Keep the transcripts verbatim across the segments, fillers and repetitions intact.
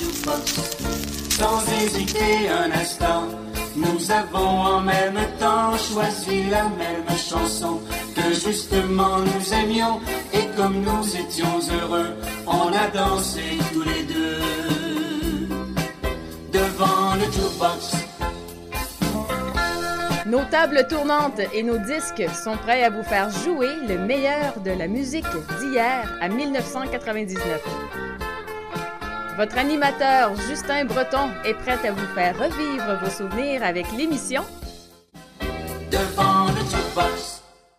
jukebox. Sans hésiter un instant, nous avons en même temps choisi la même chanson que justement nous aimions. Et comme nous étions heureux, on a dansé tous les deux devant le jukebox. Nos tables tournantes et nos disques sont prêts à vous faire jouer le meilleur de la musique d'hier à dix-neuf cent quatre-vingt-dix-neuf. Votre animateur Justin Breton est prêt à vous faire revivre vos souvenirs avec l'émission Devant le jukebox.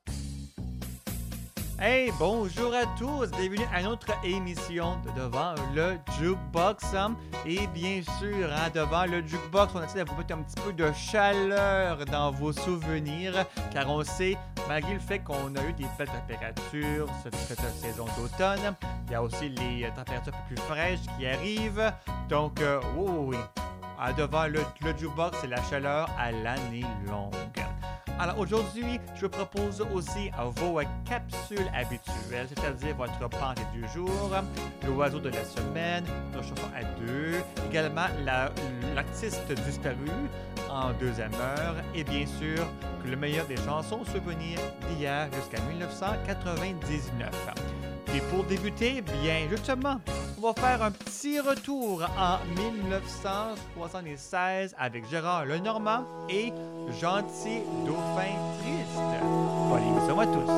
Hey, bonjour à tous, bienvenue à notre émission de Devant le Jukebox. Et bien sûr, hein, devant le Jukebox, on essaie de vous mettre un petit peu de chaleur dans vos souvenirs, car on sait, malgré le fait qu'on a eu des belles températures cette, cette saison d'automne, il y a aussi les températures un peu plus fraîches qui arrivent. Donc, euh, oui, oui, oui, devant le, le Jukebox, c'est la chaleur à l'année longue. Alors aujourd'hui, je vous propose aussi vos capsules habituelles, c'est-à-dire votre pensée du jour, l'oiseau de la semaine, notre chanson à deux, également la, l'artiste disparu en deuxième heure et bien sûr le meilleur des chansons souvenirs d'hier jusqu'à dix-neuf cent quatre-vingt-dix-neuf. Et pour débuter, bien justement, on va faire un petit retour en dix-neuf cent soixante-seize avec Gérard Lenormand et Gentil Dauphin Triste. Bonne émission à tous.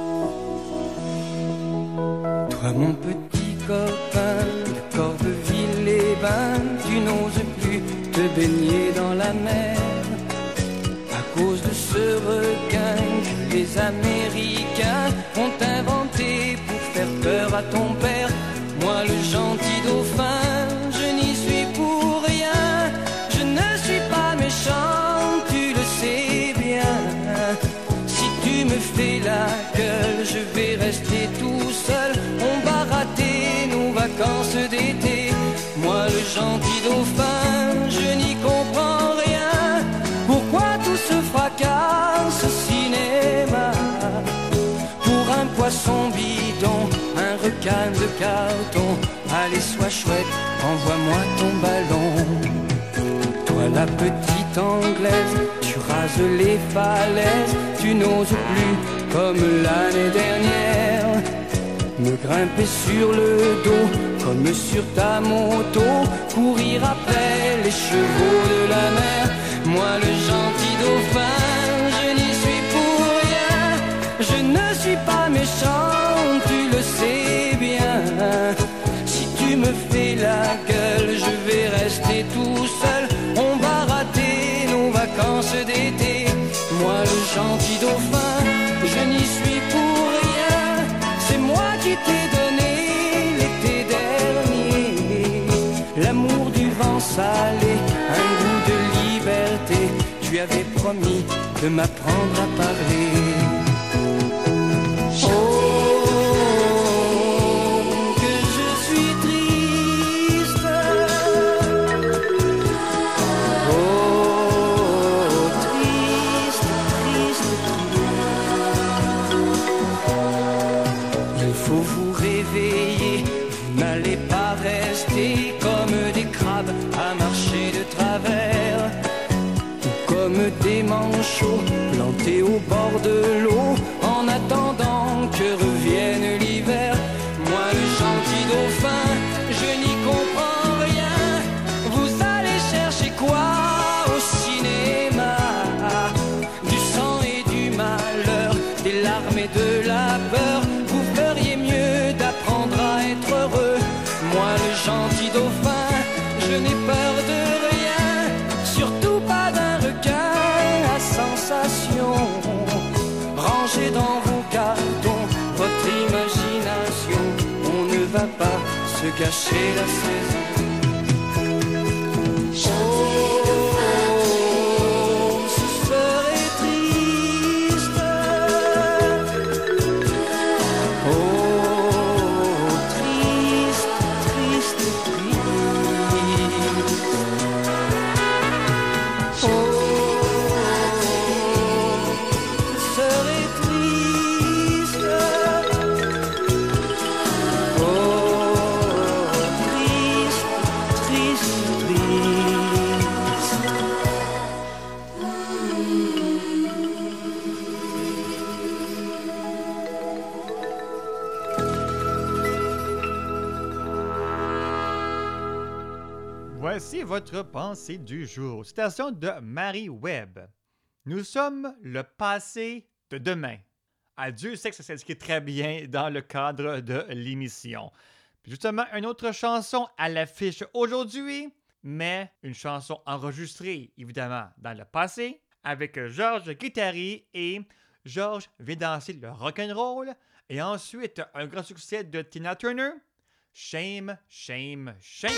Toi mon petit copain de Corbeville-les-Bains, tu n'oses plus te baigner dans la mer à cause de ce requin que les Américains ont inventé pour faire peur à ton père. Moi le gentil dauphin, je n'y suis pour rien. Je ne suis pas méchant, tu le sais bien. Si tu me fais la gueule, je vais rester tout seul. On va rater nos vacances d'été. Moi le gentil dauphin, je n'y comprends rien. Pourquoi tout ce fracas au cinéma pour un poisson bidon, un requin de carton? Allez, sois chouette, envoie-moi ton ballon. Toi la petite anglaise, tu rases les falaises, tu n'oses plus comme l'année dernière me grimper sur le dos comme sur ta moto, courir après les chevaux de la mer. Moi le gentil dauphin, je n'y suis pour rien. Je ne suis pas méchant, tu le sais bien. Si tu me fais la gueule, je vais rester tout seul. On va rater nos vacances d'été. Moi le gentil dauphin, je n'y suis pour rien. C'est moi qui t'ai donné l'été dernier l'amour du vent salé, un goût de liberté. Tu avais promis de m'apprendre à parler. Oh, que je suis triste. Oh, triste, triste, triste. Il faut vous réveiller, vous n'allez pas rester comme des crabes à marcher de travers, ou comme des manchots plantés au bord de l'eau en attendant que revienne l'hiver. Moi le gentil dauphin, je n'y comprends rien. Vous allez chercher quoi au cinéma? Du sang et du malheur, des larmes et de la peur. Vous feriez mieux d'apprendre à être heureux. Moi le gentil dauphin, je n'ai peur de rien, surtout pas d'un requin à sensation. Rangez dans vos cartons votre imagination, on ne va pas se gâcher la saison. Oh, ce serait triste. Oh, triste, triste, triste. Oh, ce serait triste. Oh, triste, voici votre pensée du jour. Citation de Marie Webb. Nous sommes le passé de demain. Ah, Dieu sait que ça s'indique très bien dans le cadre de l'émission. Puis justement, une autre chanson à l'affiche aujourd'hui, mais une chanson enregistrée, évidemment, dans le passé, avec Georges Guittari et Georges vient danser le rock'n'roll. Et ensuite, un grand succès de Tina Turner, Shame, Shame, Shame.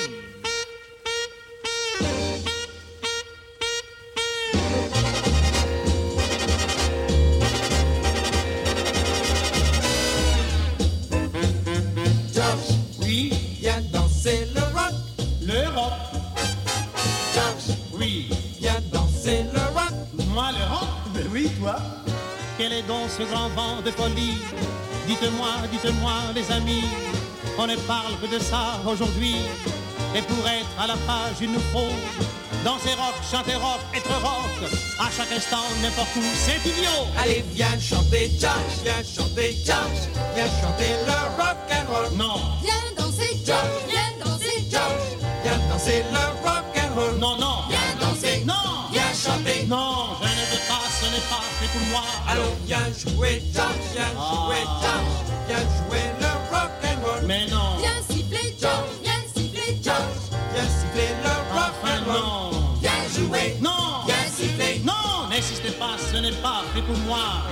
Georges, oui, viens danser le rock. Le rock. Georges, Oui. viens danser le rock. Moi, le rock? Ben oui, toi. Quel est donc ce grand vent de folie? Dites-moi, dites-moi, les amis, on ne parle que de ça aujourd'hui. Et pour être à la page, il nous faut danser rock, chanter rock, être rock. À chaque instant, n'importe où, c'est idiot. Allez, viens chanter Georges, viens chanter Georges, viens chanter le rock and roll. Non, Viens danser, Georges, viens danser, Georges, viens danser le rock and roll. non, non. Viens danser, Non, viens chanter. non, je ne veux pas, ce n'est pas fait pour moi. Allons, viens jouer Georges, viens jouer Georges, viens jouer le rock and roll. Mais non, viens siffler, Georges, viens siffler, Georges, Viens siffler le rock enfin and roll. non. Viens jouer, Non, viens siffler. non, n'insistez pas, ce n'est pas fait pour moi.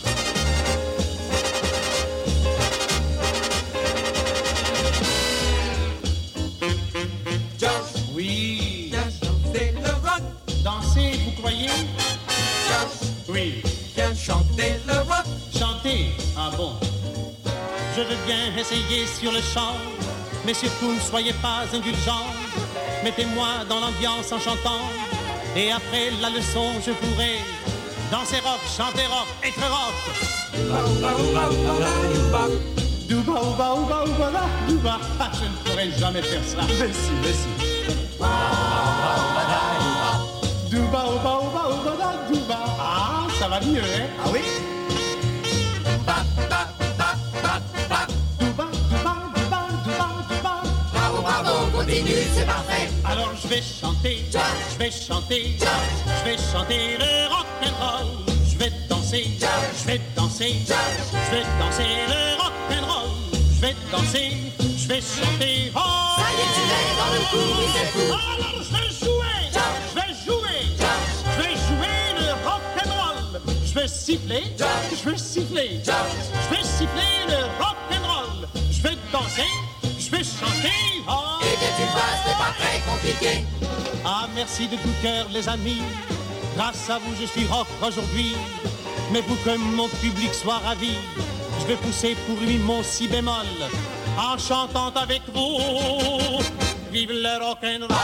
Georges, Oui, viens chanter le rock. danser, vous croyez? Georges, Oui, viens chanter le rock. chanter, ah bon. Je veux bien essayer sur le chant, mais surtout ne soyez pas indulgents. Mettez-moi dans l'ambiance en chantant, et après la leçon je pourrai danser rock, chanter rock, être rock. Douba, ouba, ouba, ouba, là, douba. Ah, je ne pourrais jamais faire ça. Mais si, mais si. Douba, ouba, ouba, ouba, là, douba. Ah, ça va mieux, hein? Ah oui? Douba, douba, douba, douba, douba. Bravo, bravo, continue, c'est parfait. Alors je vais chanter, je vais chanter, je vais chanter le rock and roll. Je vais danser, je vais danser, je vais danser le rock and roll. Je vais danser, je vais chanter. Oh, Ça y est, tu es dans le coup, oui, c'est fou. alors je vais jouer, je vais jouer, je vais jouer le rock and roll. Je vais siffler, je vais siffler, je vais siffler le rock and roll. Je vais danser, je vais chanter. Oh. Et que tu fasses, c'est pas très compliqué. Ah, merci de tout cœur, les amis. Grâce à vous, je suis rock aujourd'hui. Mais pour que mon public soit ravi, je vais pousser pour lui mon si bémol en chantant avec vous. Vive le rock and roll.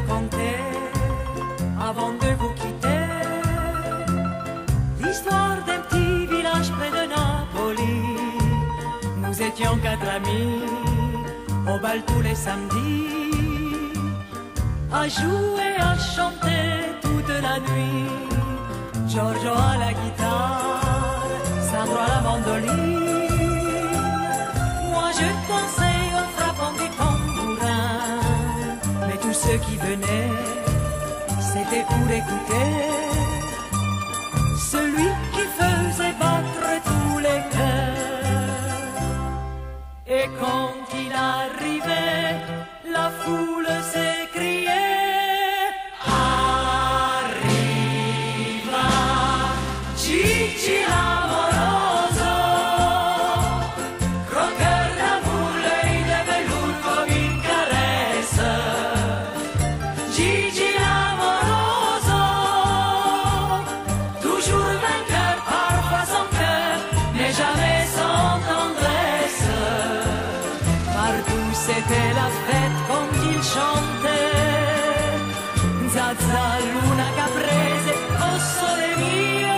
raconter avant de vous quitter l'histoire d'un petit village près de Napoli. Nous étions quatre amis au bal tous les samedis, à jouer, à chanter toute la nuit. Giorgio à la guitare, Sandro à la mandoline. Moi je dansais en frappant du tambourin, mais tous ceux qui venaient, c'était pour écouter celui qui faisait battre tous les cœurs. Et quand il arrivait, la foule s'écriait. Gigi l'amoroso, croqueur d'amour, l'œil de velours comme une caresse. Gigi l'amoroso, toujours vainqueur, parfois sans cœur, mais jamais sans tendresse. Partout c'était la fête quand il chantait. Zazza, luna caprese, oh sole mio.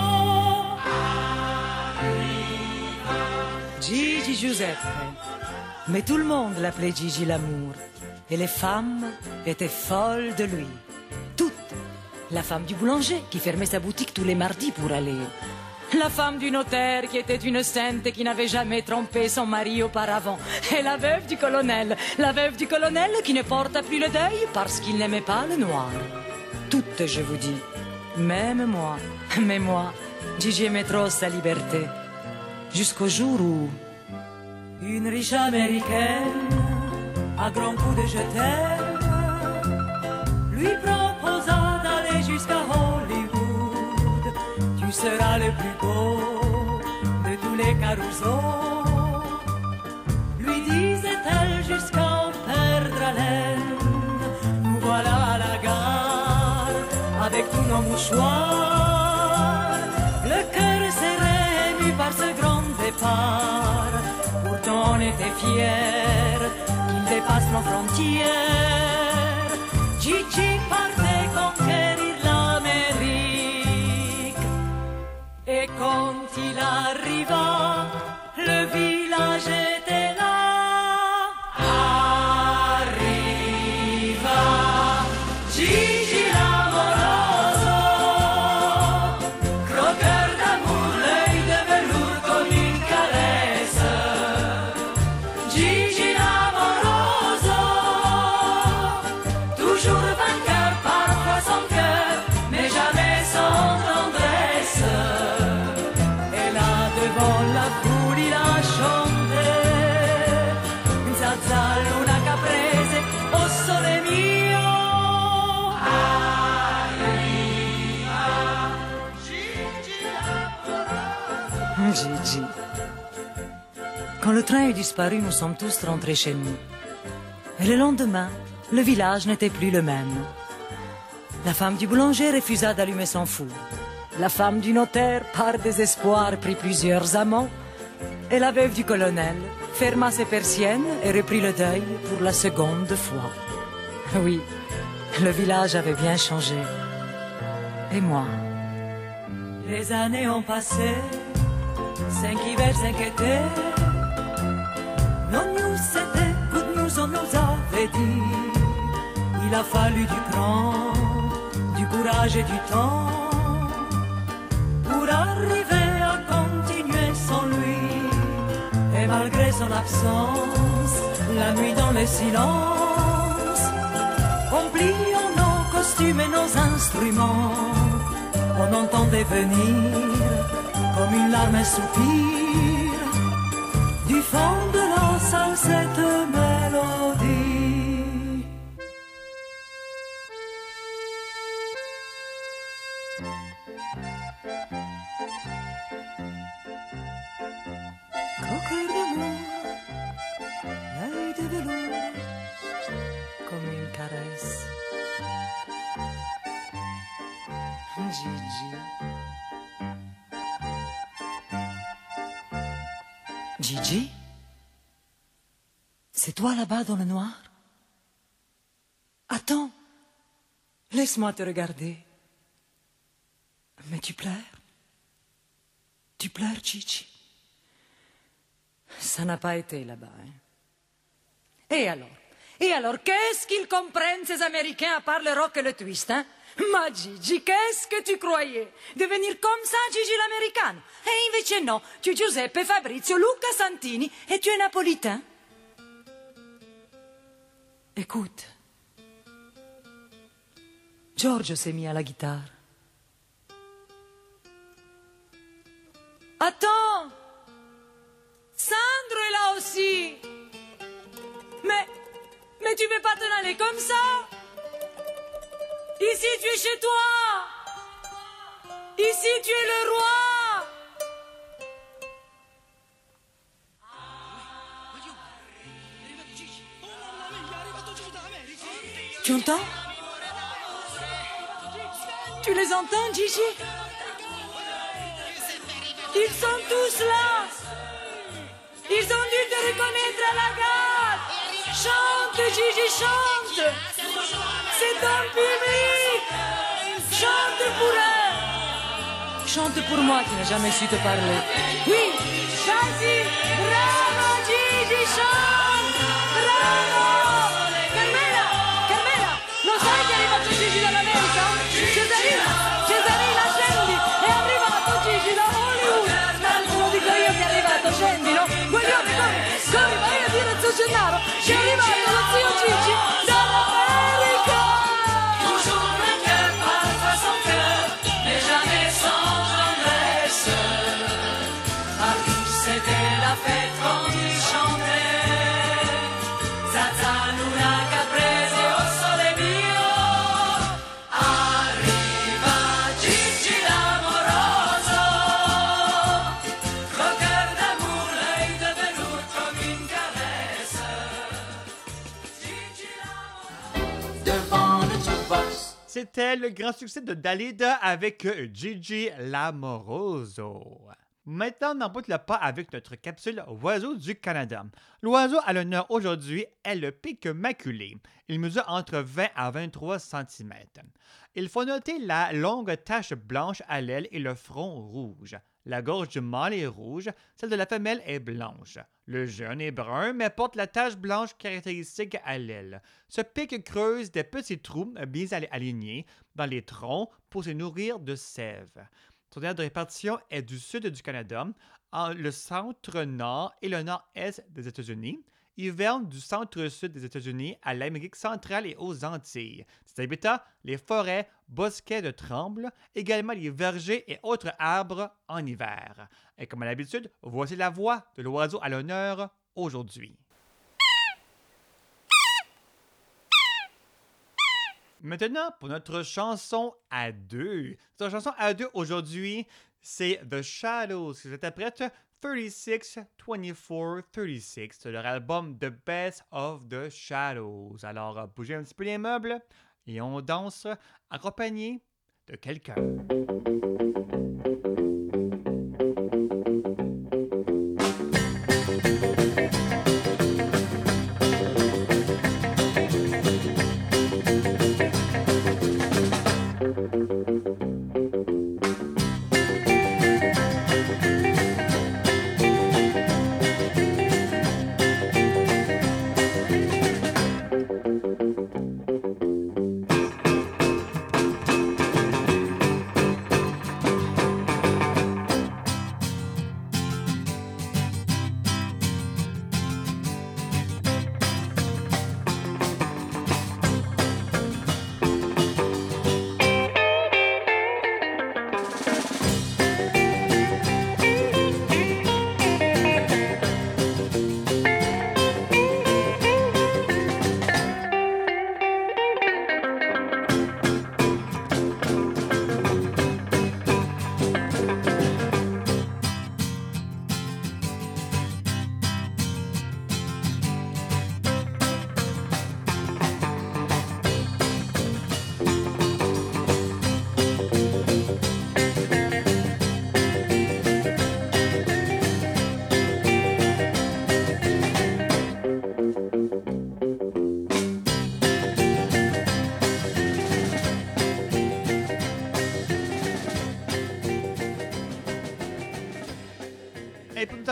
Gigi Giuseppe. Mais tout le monde l'appelait Gigi l'amour. Et les femmes étaient folles de lui. Toutes. La femme du boulanger qui fermait sa boutique tous les mardis pour aller. La femme du notaire qui était une sainte et qui n'avait jamais trompé son mari auparavant. Et la veuve du colonel. La veuve du colonel qui ne porta plus le deuil parce qu'il n'aimait pas le noir. Toutes, je vous dis. Même moi. Mais moi, Gigi aimait trop sa liberté. Jusqu'au jour où une riche américaine, à grands coups de je t'aime, lui proposa d'aller jusqu'à Hollywood. Tu seras le plus beau de tous les carousaux, lui disait-elle jusqu'à en perdre haleine. Nous voilà à la gare avec tous nos mouchoirs, le cœur serré ému par ce grand départ. Pourtant on était fiers qu'il dépasse nos frontières. Gigi partait conquérir l'Amérique. Et quand il arriva, le village était là. Arriva Gigi l'amoroso, croqueur d'amour, l'œil de velours comme une caresse. Gigi l'amoroso, toujours vainqueur, parfois sans cœur, mais jamais sans tendresse. Et là devant la foule il a chanté Zazza, luna caprese, oh sole mio. Arriva Gigi l'amoroso. Gigi. Quand le train eut disparu, nous sommes tous rentrés chez nous. Et le lendemain, le village n'était plus le même. La femme du boulanger refusa d'allumer son four. La femme du notaire, par désespoir, prit plusieurs amants. Et la veuve du colonel ferma ses persiennes et reprit le deuil pour la seconde fois. Oui, le village avait bien changé. Et moi? Les années ont passé, cinq hivers, cinq étés. Non news, c'était good news, on nous avait dit. Il a fallu du cran, du courage et du temps pour arriver à continuer sans lui. Et malgré son absence, la nuit dans le silence, en pliant nos costumes et nos instruments, on entendait venir comme une larme, un soupir du fond de la salle, cette mélodie. Croqueur d'amour, l'œil de velours, comme une caresse. Gigi. Gigi? C'est toi là-bas dans le noir? Attends, Laisse-moi te regarder. Mais tu pleures? Tu pleures, Gigi? Ça n'a pas été là-bas, hein? Et alors? Et alors, qu'est-ce qu'ils comprennent, ces Américains, à part le rock et le twist, hein? Ma Gigi, qu'est-ce que tu croyais? Devenir comme ça, Gigi l'americano? E invece no, tu es Giuseppe, Fabrizio, Luca Santini et tu es napolitain. Écoute, Giorgio s'est mis à la guitare. Attends, Sandro est là aussi. Mais, mais tu veux pas t'en aller comme ça? Ici tu es chez toi. Ici tu es le roi. Tu entends? Tu les entends, Gigi? Ils sont tous là. Ils ont dû te reconnaître à la gare. Chante, Gigi, chante. C'est ton public. Chante pour eux. Chante pour moi qui n'ai jamais su te parler. Oui, vas-y. Bravo, Gigi, chante. Bravo. Carmela, Carmela, lo sai che è arrivato Gigi dall'America? Cesarina, Cesarina, scendi. È arrivato Gigi da Hollywood. Tanto lo dico io che è arrivato, scendi, no? Guaglione, corri, corri, vai a dire a zio Gennaro che è arrivato lo zio Gigi dall'America. Toujours le cœur parfois son cœur, mais jamais sans tendresse. À tous c'était la fête quand il chantait. Zaza, Luna, Caprese, oh sole mio. Arriva Gigi l'amoroso. Col cœur d'amour, l'œil de velours comme une caresse. Gigi l'amoroso. Devant le jukebox, C'était le grand succès de Dalida avec Gigi Lamoroso. Maintenant, n'emboîte le pas avec notre capsule Oiseau du Canada. L'oiseau à l'honneur aujourd'hui est le pic maculé. Il mesure entre vingt à vingt-trois centimètres. Il faut noter la longue tache blanche à l'aile et le front rouge. La gorge du mâle est rouge, celle de la femelle est blanche. Le jeune est brun, mais porte la tache blanche caractéristique à l'aile. Ce pic creuse des petits trous bien alignés dans les troncs pour se nourrir de sève. Son aire de répartition est du sud du Canada, en le centre-nord et le nord-est des États-Unis. Il hiverne du centre-sud des États-Unis à l'Amérique centrale et aux Antilles. Ses habitats, les forêts, bosquets de trembles, également les vergers et autres arbres en hiver. Et comme à l'habitude, voici la voix de l'oiseau à l'honneur aujourd'hui. Maintenant, pour notre chanson à deux. Notre chanson à deux aujourd'hui, c'est The Shadows qui s'interprète trente-six, vingt-quatre, trente-six de leur album The Best of the Shadows. Alors, bougez un petit peu les meubles et on danse accompagné de quelqu'un.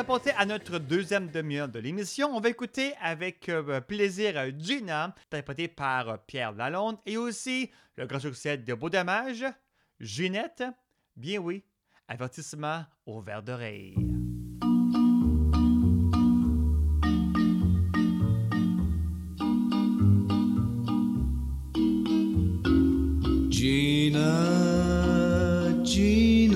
va passer à notre deuxième demi-heure de l'émission. On va écouter avec euh, plaisir Gina, interprétée par euh, Pierre Lalonde, et aussi le grand succès de Beau Dommage, Ginette. Bien oui, avertissement au verre d'oreille. Gina, Gina,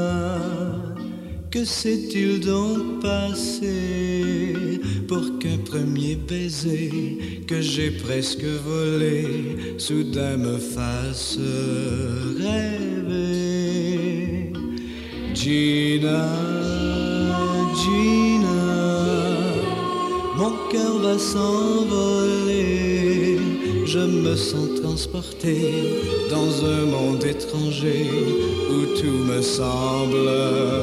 que s'est-il donc passé pour qu'un premier baiser que j'ai presque volé soudain me fasse rêver? Gina, Gina, mon cœur va s'envoler. Je me sens transporté dans un monde étranger où tout me semble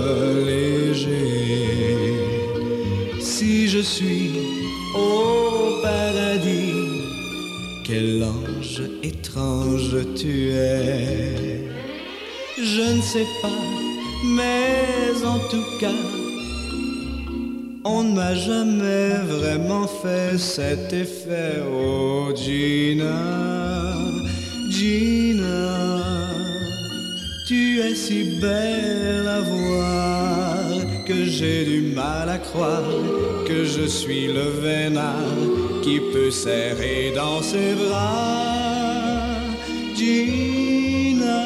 léger. Si je suis au paradis, quel ange étrange tu es. Je ne sais pas, mais en tout cas, on ne m'a jamais vraiment fait cet effet. Oh Gina, Gina, tu es si belle à voir que j'ai du mal à croire que je suis le vénard qui peut serrer dans ses bras. Gina,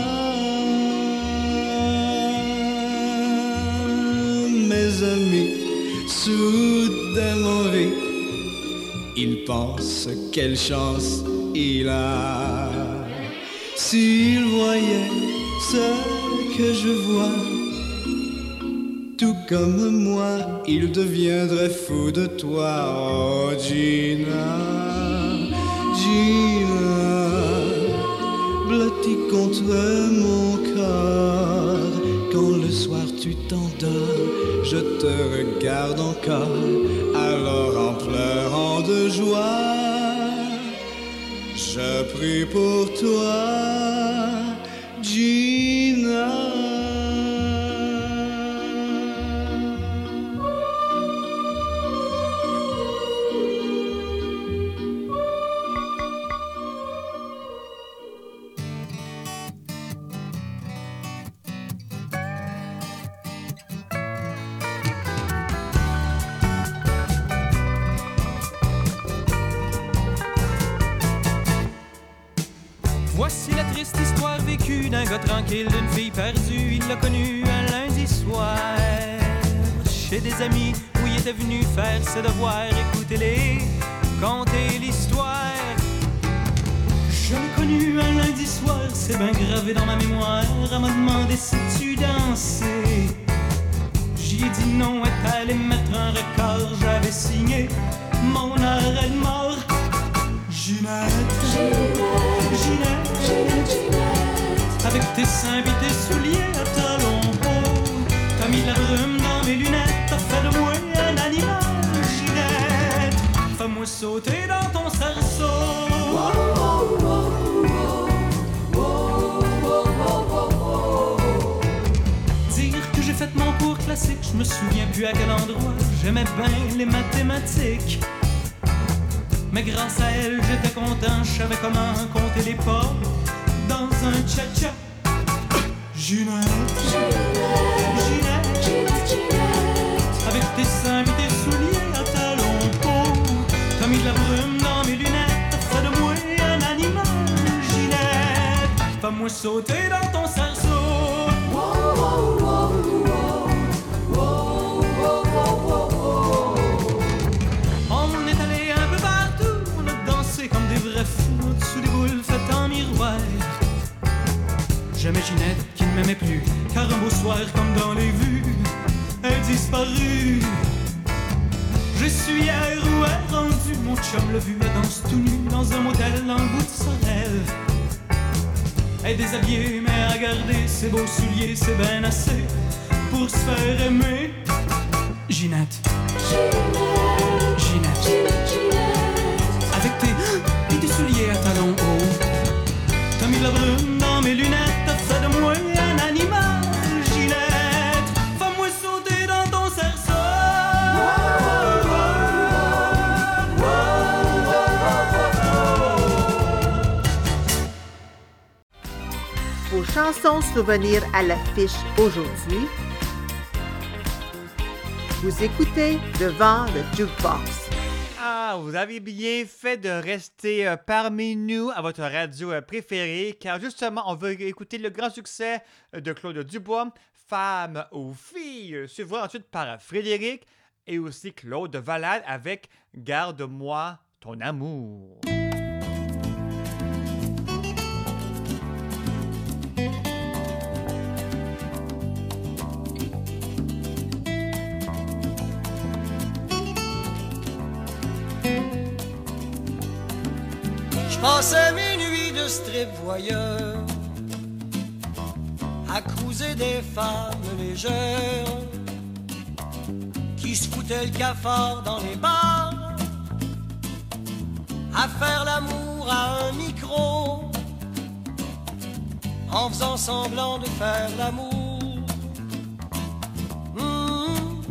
mes amis soudain m'envie, il pense quelle chance il a. S'il voyait ce que je vois, tout comme moi, il deviendrait fou de toi. Oh Gina, Gina, blotti contre mon corps, quand le soir tu t'endors, je te regarde encore, alors en pleurant de joie, je prie pour toi, Gina. Voici la triste histoire vécue d'un gars tranquille, d'une fille perdue. Il l'a connue un lundi soir chez des amis où il était venu faire ses devoirs. Écoutez-les, conter l'histoire. Je l'ai connu un lundi soir, c'est bien gravé dans ma mémoire. Elle m'a demandé si tu dansais. J'y ai dit non, elle allait mettre un record. J'avais signé mon arrêt de mort. Ginette, Ginette, Ginette, Ginette, Ginette, avec tes seins et tes souliers à talons hauts, t'as mis la brume dans mes lunettes, t'as fait de moi un animal. Ginette, fais-moi sauter dans ton cerceau. Wow, wow, wow, wow, wow, wow, wow, wow. Dire que j'ai fait mon cours classique, je me souviens plus à quel endroit. J'aimais bien les mathématiques, mais grâce à elle, j'étais content, je savais comment compter les pas dans un cha-cha. Ginette, Ginette, Ginette, Ginette, avec tes seins et tes souliers à talons hauts, t'as mis de la brume dans mes lunettes, t'as fait de moi un animal. Ginette, fais-moi sauter dans ton cerceau. Wow, wow, wow, wow, wow, wow, wow, wow, wow. On est allé un peu partout, on a dansé comme des vrais fous, sous des boules faites en miroir. J'aimais Ginette qui ne m'aimait plus, car un beau soir comme dans les vues, elle disparut. Je suis hier où elle rendue, mon chum l'a vu, elle danse tout nu dans un motel dans le bout de Sorel. Elle est déshabillée mais à garder ses beaux souliers, c'est ben assez pour se faire aimer. Ginette, Ginette, Ginette, Ginette, Ginette, avec tes, et tes souliers à talons hauts, t'as mis de la brume dans mes lunettes, t'as fait de moi un animal. Ginette, fais-moi sauter dans ton cerceau. chansons souvenirs à l'affiche aujourd'hui. Vous écoutez Devant le Jukebox. Ah, vous avez bien fait de rester euh, parmi nous à votre radio euh, préférée, car justement, on veut écouter le grand succès euh, de Claude Dubois, Femme ou Fille, suivi ensuite par Frédéric et aussi Claude Valade avec Garde-moi ton amour. Je passais mes nuits de strip voyeur à cruiser des femmes légères qui se foutaient le cafard dans les bars, à faire l'amour à un micro en faisant semblant de faire l'amour. Mmh,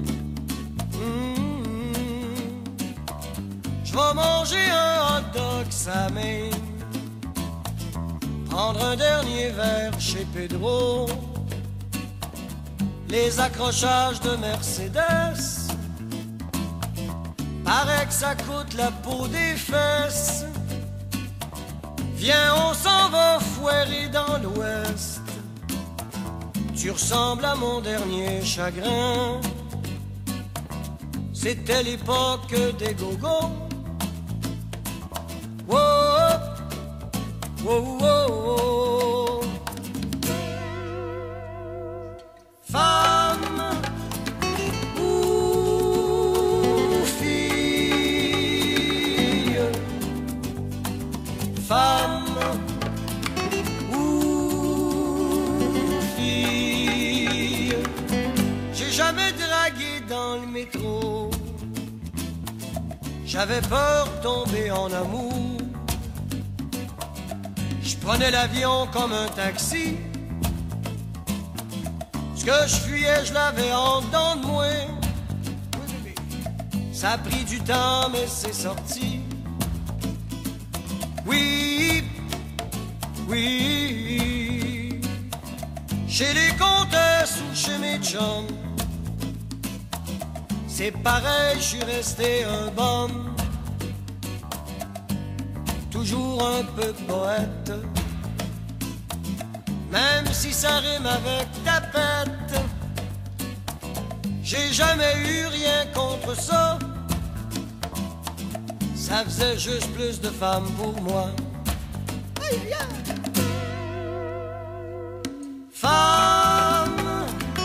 mmh, je vais manger un hot dog Samé, prendre un dernier verre chez Pedro, les accrochages de Mercedes, paraît que ça coûte la peau des fesses. Viens, on s'en va foirer dans l'ouest, tu ressembles à mon dernier chagrin. C'était l'époque des gogos. Wow, wow, wow. Femme ou fille, femme ou fille, j'ai jamais dragué dans le métro, j'avais peur de tomber en amour. Je prenais l'avion comme un taxi, ce que je fuyais, je l'avais en dedans de moi. Ça a pris du temps, mais c'est sorti. Oui, oui, chez les comtesses ou chez mes chums, c'est pareil, je suis resté un bum. Toujours un peu poète, même si ça rime avec tapette. J'ai jamais eu rien contre ça, ça faisait juste plus de femmes pour moi. Femme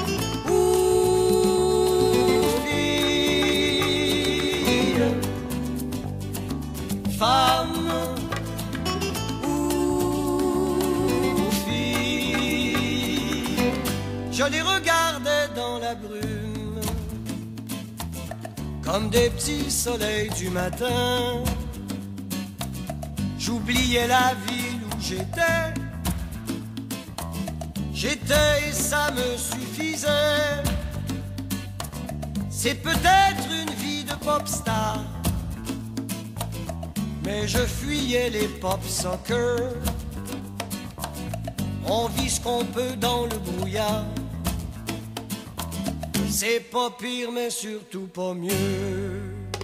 ou fille, femme je les regardais dans la brume, comme des petits soleils du matin. J'oubliais la ville où j'étais, j'étais et ça me suffisait. C'est peut-être une vie de pop star, mais je fuyais les pop soccer. On vit ce qu'on peut dans le brouillard. C'est pas pire, mais surtout pas mieux.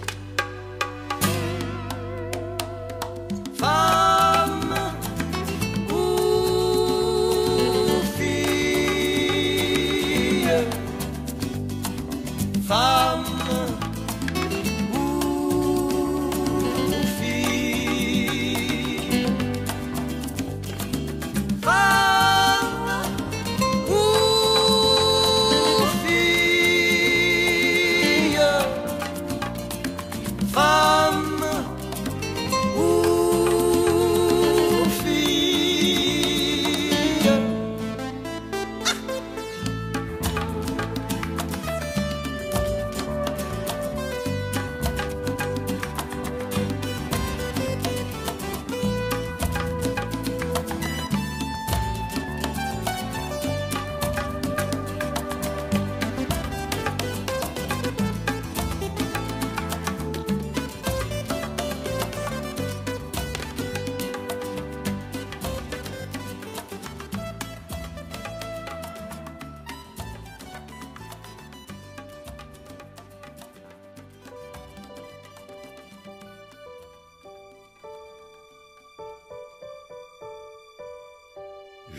Femme ou fille, femme ou fille, femme ou femme ou fille.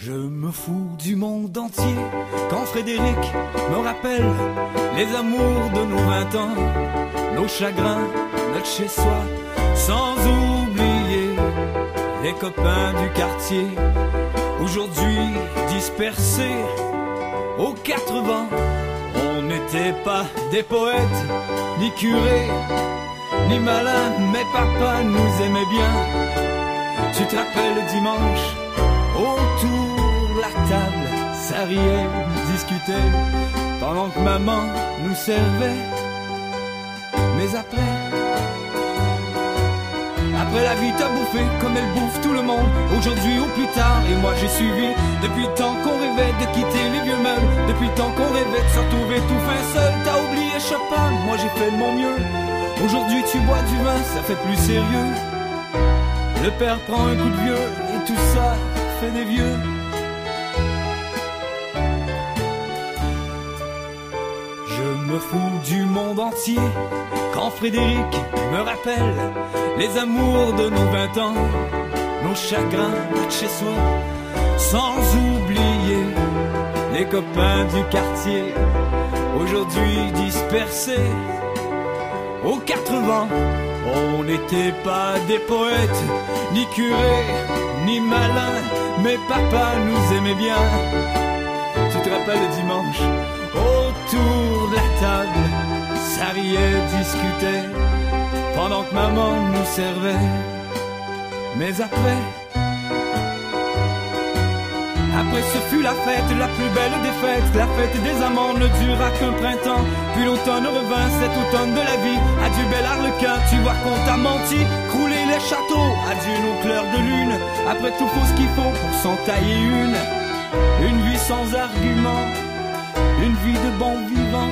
Je me fous du monde entier quand Frédéric me rappelle les amours de nos vingt ans, nos chagrins, notre chez-soi, sans oublier les copains du quartier, aujourd'hui dispersés aux quatre vents. On n'était pas des poètes, ni curés, ni malins, mais papa nous aimait bien. Tu te rappelles le dimanche, autour de la table, ça riait, discutait, pendant que maman nous servait. Mais après, après la vie t'a bouffé comme elle bouffe tout le monde, aujourd'hui ou plus tard, et moi j'ai suivi. Depuis le temps qu'on rêvait de quitter les vieux meubles, depuis le temps qu'on rêvait de se retrouver tout fin seul. T'as oublié Chopin, moi j'ai fait de mon mieux. Aujourd'hui tu bois du vin, ça fait plus sérieux. Le père prend un coup de vieux, et tout ça fait des vieux. Je me fous du monde entier quand Frédéric me rappelle les amours de nos vingt ans, nos chagrins de chez soi, sans oublier les copains du quartier, aujourd'hui dispersés aux quatre vents. On n'était pas des poètes, ni curés, ni malins, mais papa nous aimait bien. Tu te rappelles le dimanche, autour de la table, ça riait, discutait, pendant que maman nous servait. Mais après, après ce fut la fête, la plus belle des fêtes. La fête des amants ne dura qu'un printemps, puis l'automne revint, cet automne de la vie. Adieu bel Arlequin, tu vois qu'on t'a menti, crouler les châteaux, adieu nos clairs de lune. Après tout faut ce qu'il faut pour s'en tailler une, une vie sans argument, une vie de bon vivant.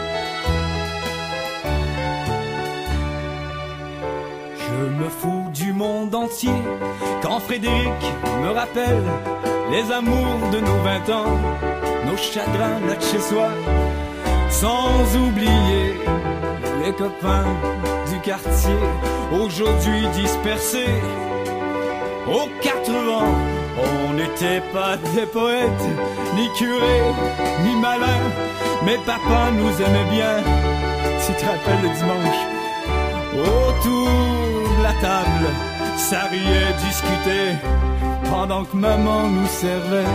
Je me fous du monde entier quand Frédéric me rappelle les amours de nos vingt ans, nos chagrins, notre chez-soi, sans oublier les copains du quartier, aujourd'hui dispersés aux quatre vents. On n'était pas des poètes, ni curés, ni malins, mais papa nous aimait bien. Tu te rappelles le dimanche, autour de la table, ça riait, discutait, pendant que maman nous servait.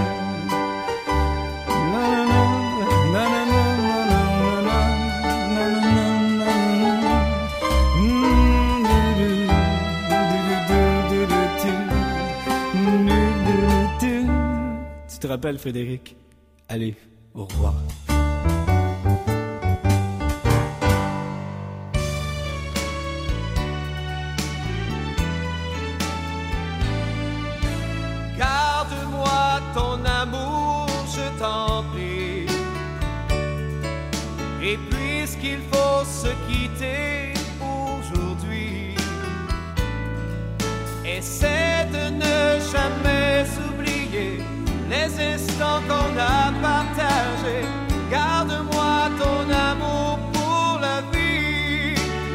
Tu te rappelles, Frédéric? Allez, au revoir. Garde-moi ton amour, je t'en prie. Et puisqu'il faut se quitter aujourd'hui, essaie de ne jamais oublier les instants qu'on a partagés. Garde-moi ton amour pour la vie.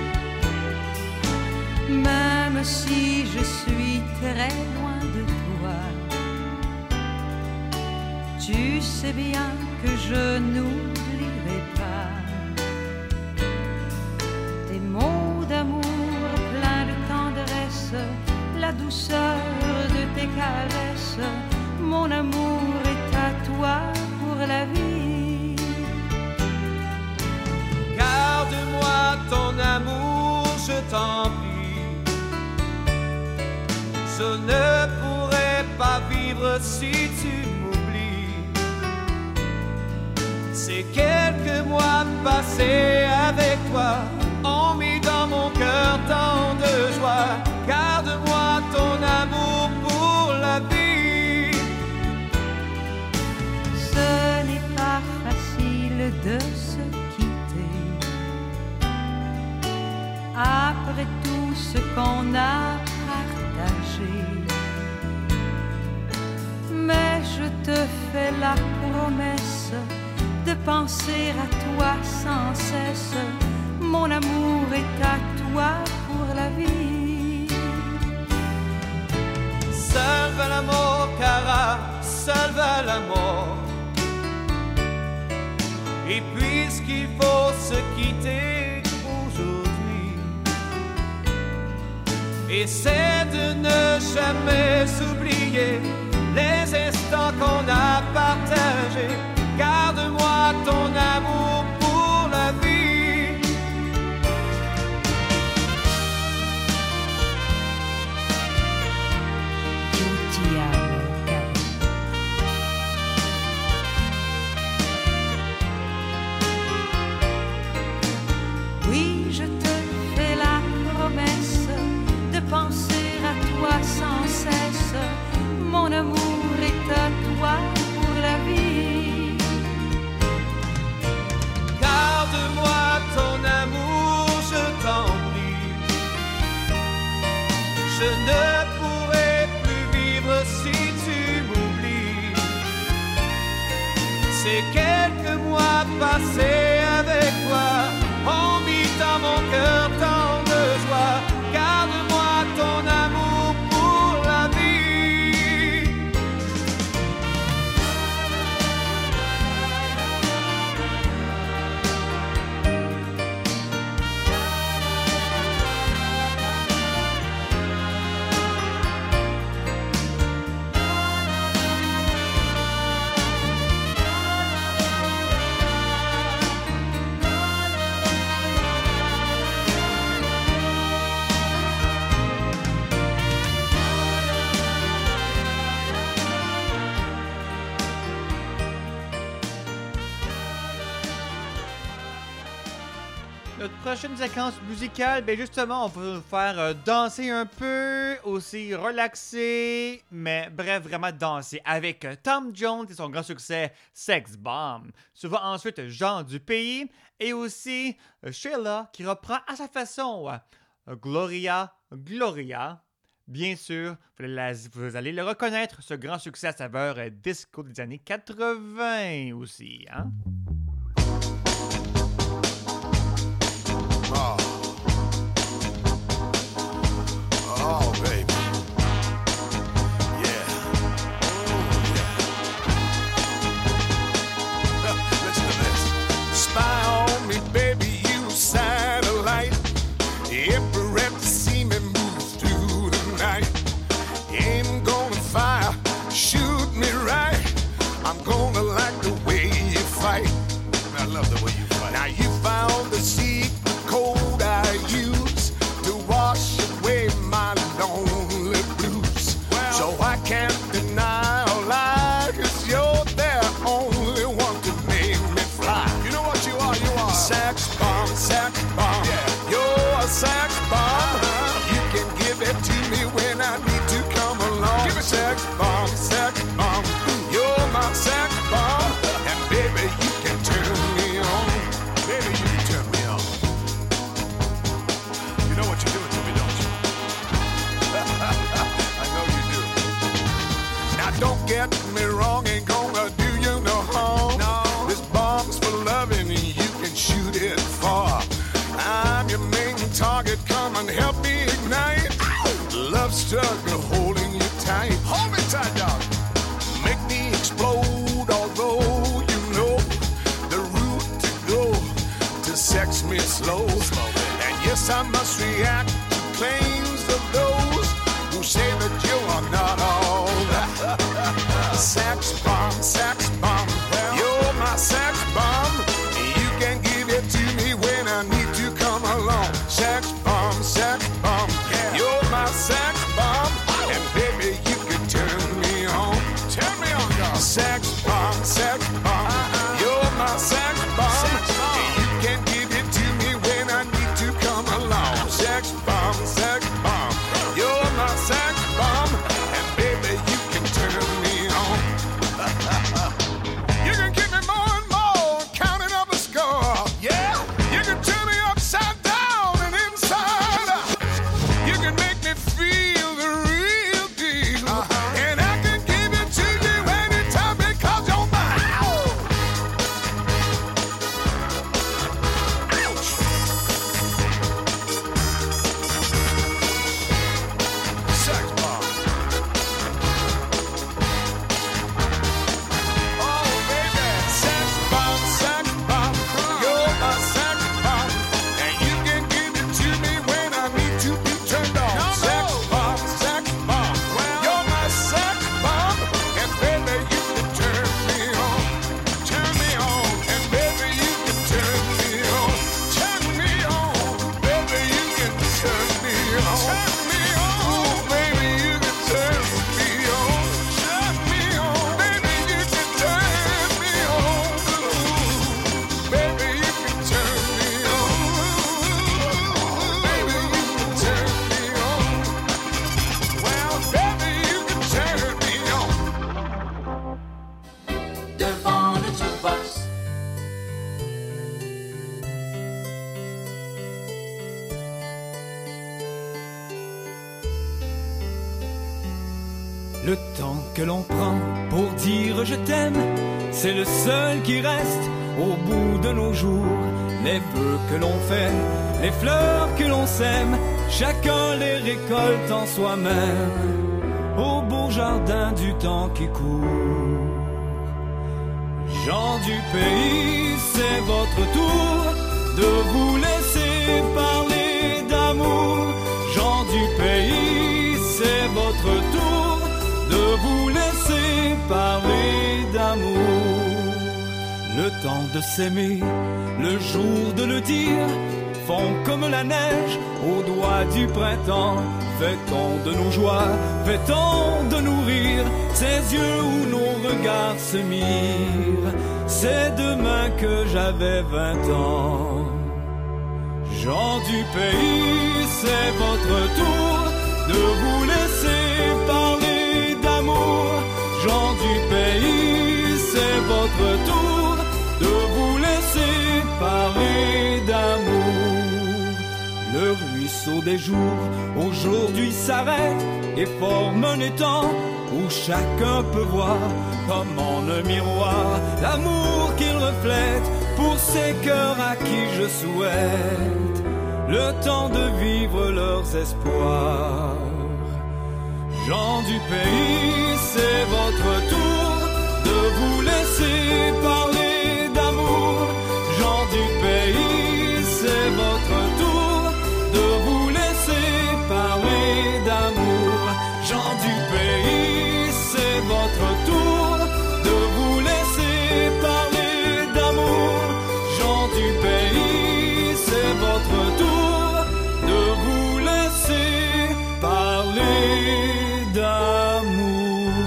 Même si je suis très loin de toi, tu sais bien que je n'oublierai pas tes mots d'amour pleins de tendresse, la douceur de tes caresses. Mon amour est à toi pour la vie. Garde-moi ton amour, je t'en prie. Je ne pourrais pas vivre si tu m'oublies. Ces quelques mois passés avec toi ont mis dans mon cœur tant de joie. Garde-moi ton amour pour la vie. Ce n'est pas facile de se quitter après tout ce qu'on a partagé, mais je te fais la promesse de penser à toi sans cesse. Mon amour est à toi pour la vie. Salve l'amor cara, salve qu'il faut se quitter aujourd'hui. Et c'est de ne jamais s'oublier les instants qu'on a partagés. Garde-moi ton amour pour la vie. Io ti amo, caro. Oui, je te fais la promesse de penser à toi sans cesse. Mon amour est à toi pour la vie. Garde-moi ton amour, je t'en prie. Je ne pourrai plus vivre si tu m'oublies. Ces quelques mois passés avec toi ont mis dans mon cœur tant de joie. Garde-moi ton amour pour la vie. Notre prochaine séquence musicale, ben justement, on va vous faire euh, danser un peu, aussi relaxer, mais bref, vraiment danser avec euh, Tom Jones et son grand succès Sex Bomb. Suivant ensuite Jean du Pays et aussi euh, Sheila qui reprend à sa façon euh, Gloria, Gloria. Bien sûr, vous, la, vous allez le reconnaître, ce grand succès à saveur euh, disco des années quatre-vingts aussi, hein? Oh. Oh, baby. Yeah. Oh, yeah. Listen to this. Spy on me, baby, you satellite. Every rep to see me move through the night. Aim gonna fire, shoot me right. I'm gonna like the way you fight. I love the way you fight. Now you found the secret code I use to wash away my lonely blues. Well, so I can't deny or lie, 'cause you're the only one to make me fly. You know what you are? You are sex bomb, sex bomb. Yeah. You're a sex bomb. Uh-huh. You can give it to me when I need to come along. Give it sex bomb, sex bomb. You're my sex bomb, and baby you can turn me on. Baby you can turn me on. You know what you're doing to me, don't you? I know you do. Now don't get me wrong, ain't gonna do you no harm. No. This bomb's for loving and you can shoot it far. I'm your main target, come and help me ignite. Love struggle holding you tight. Hold me tight, dog. Make me explode, although you know the route to go to sex me slow. slow and yes, I must react to claims of those who say that you are not all that. Sex bomb, sex bomb, well, you're my sex bomb. You can give it to me when I need to come along. Sex bomb, sex bomb, yeah. You're my sex bomb, and baby you can turn me on. Turn me on, dog. Sex bomb, sex bomb, uh-uh. You're my sex bomb. Sex bomb. And you can give it to me when I need to come along. Sex bomb, sex bomb, you're my sex bomb, and baby you can turn me on. You can give me more and more, counting up a score. Yeah, you can turn me upside down and inside out. You can make me feel Le temps que l'on prend pour dire je t'aime, c'est le seul qui reste au bout de nos jours. Les vœux que l'on fait, les fleurs que l'on sème, chacun les récolte en soi-même, au beau jardin du temps qui court. Gens du pays, c'est votre tour de vous laisser parler d'amour. Gens du pays, c'est votre tour de vous laisser parler d'amour. Le temps de s'aimer, le jour de le dire, font comme la neige au doigt du printemps. Fait-on de nos joies, fait-on de nous rire, ces yeux où nos regards se mirent. C'est demain que j'avais vingt ans. Gens du pays, c'est votre tour de vous laisser parler d'amour. Gens du pays, c'est votre tour de vous laisser parler d'amour. Le ruisseau des jours aujourd'hui s'arrête et forme un étang où chacun peut voir comme en un miroir l'amour qu'il reflète pour ces cœurs à qui je souhaite le temps de vivre leurs espoirs. Gens du pays, c'est votre tour de vous laisser parler d'amour. Gens du pays, c'est votre tour de vous laisser parler d'amour. Gens du pays, c'est votre tour de vous laisser parler d'amour. Gens du pays, c'est votre tour de vous laisser parler d'amour.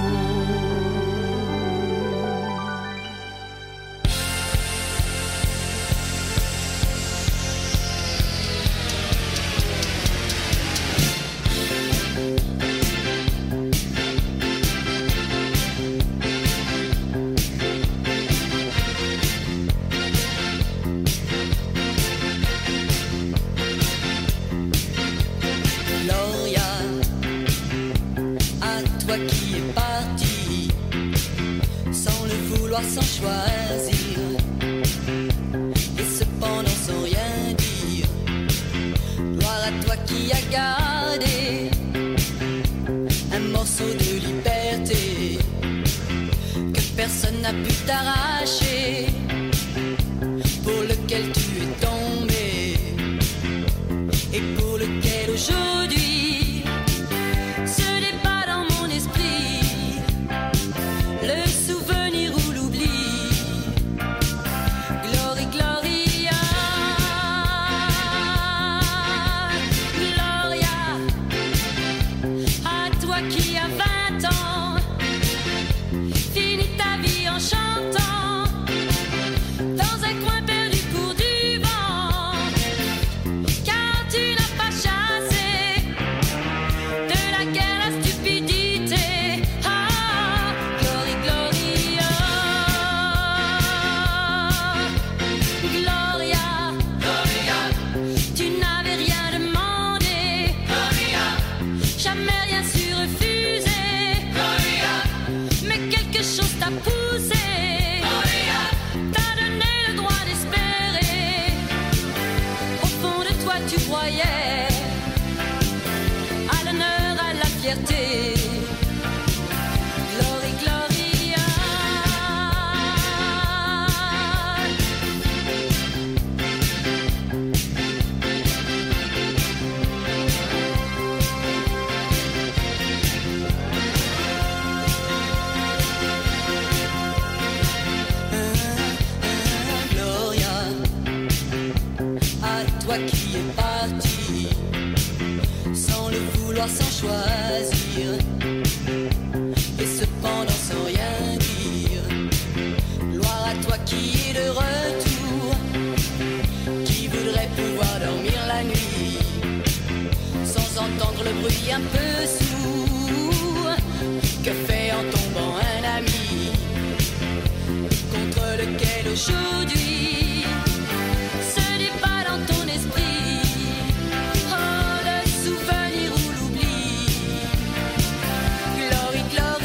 Sans choisir et cependant sans rien dire. Gloire à toi qui as gardé un morceau de liberté que personne n'a pu t'arracher, pour lequel tu es tombé et pour lequel aujourd'hui ce n'est pas dans mon esprit le souvenir ou sans choisir et cependant sans rien dire. Gloire à toi qui es de retour, qui voudrait pouvoir dormir la nuit sans entendre le bruit un peu sourd que fait en tombant un ami contre lequel aujourd'hui ce n'est pas dans ton esprit. Glory, glory.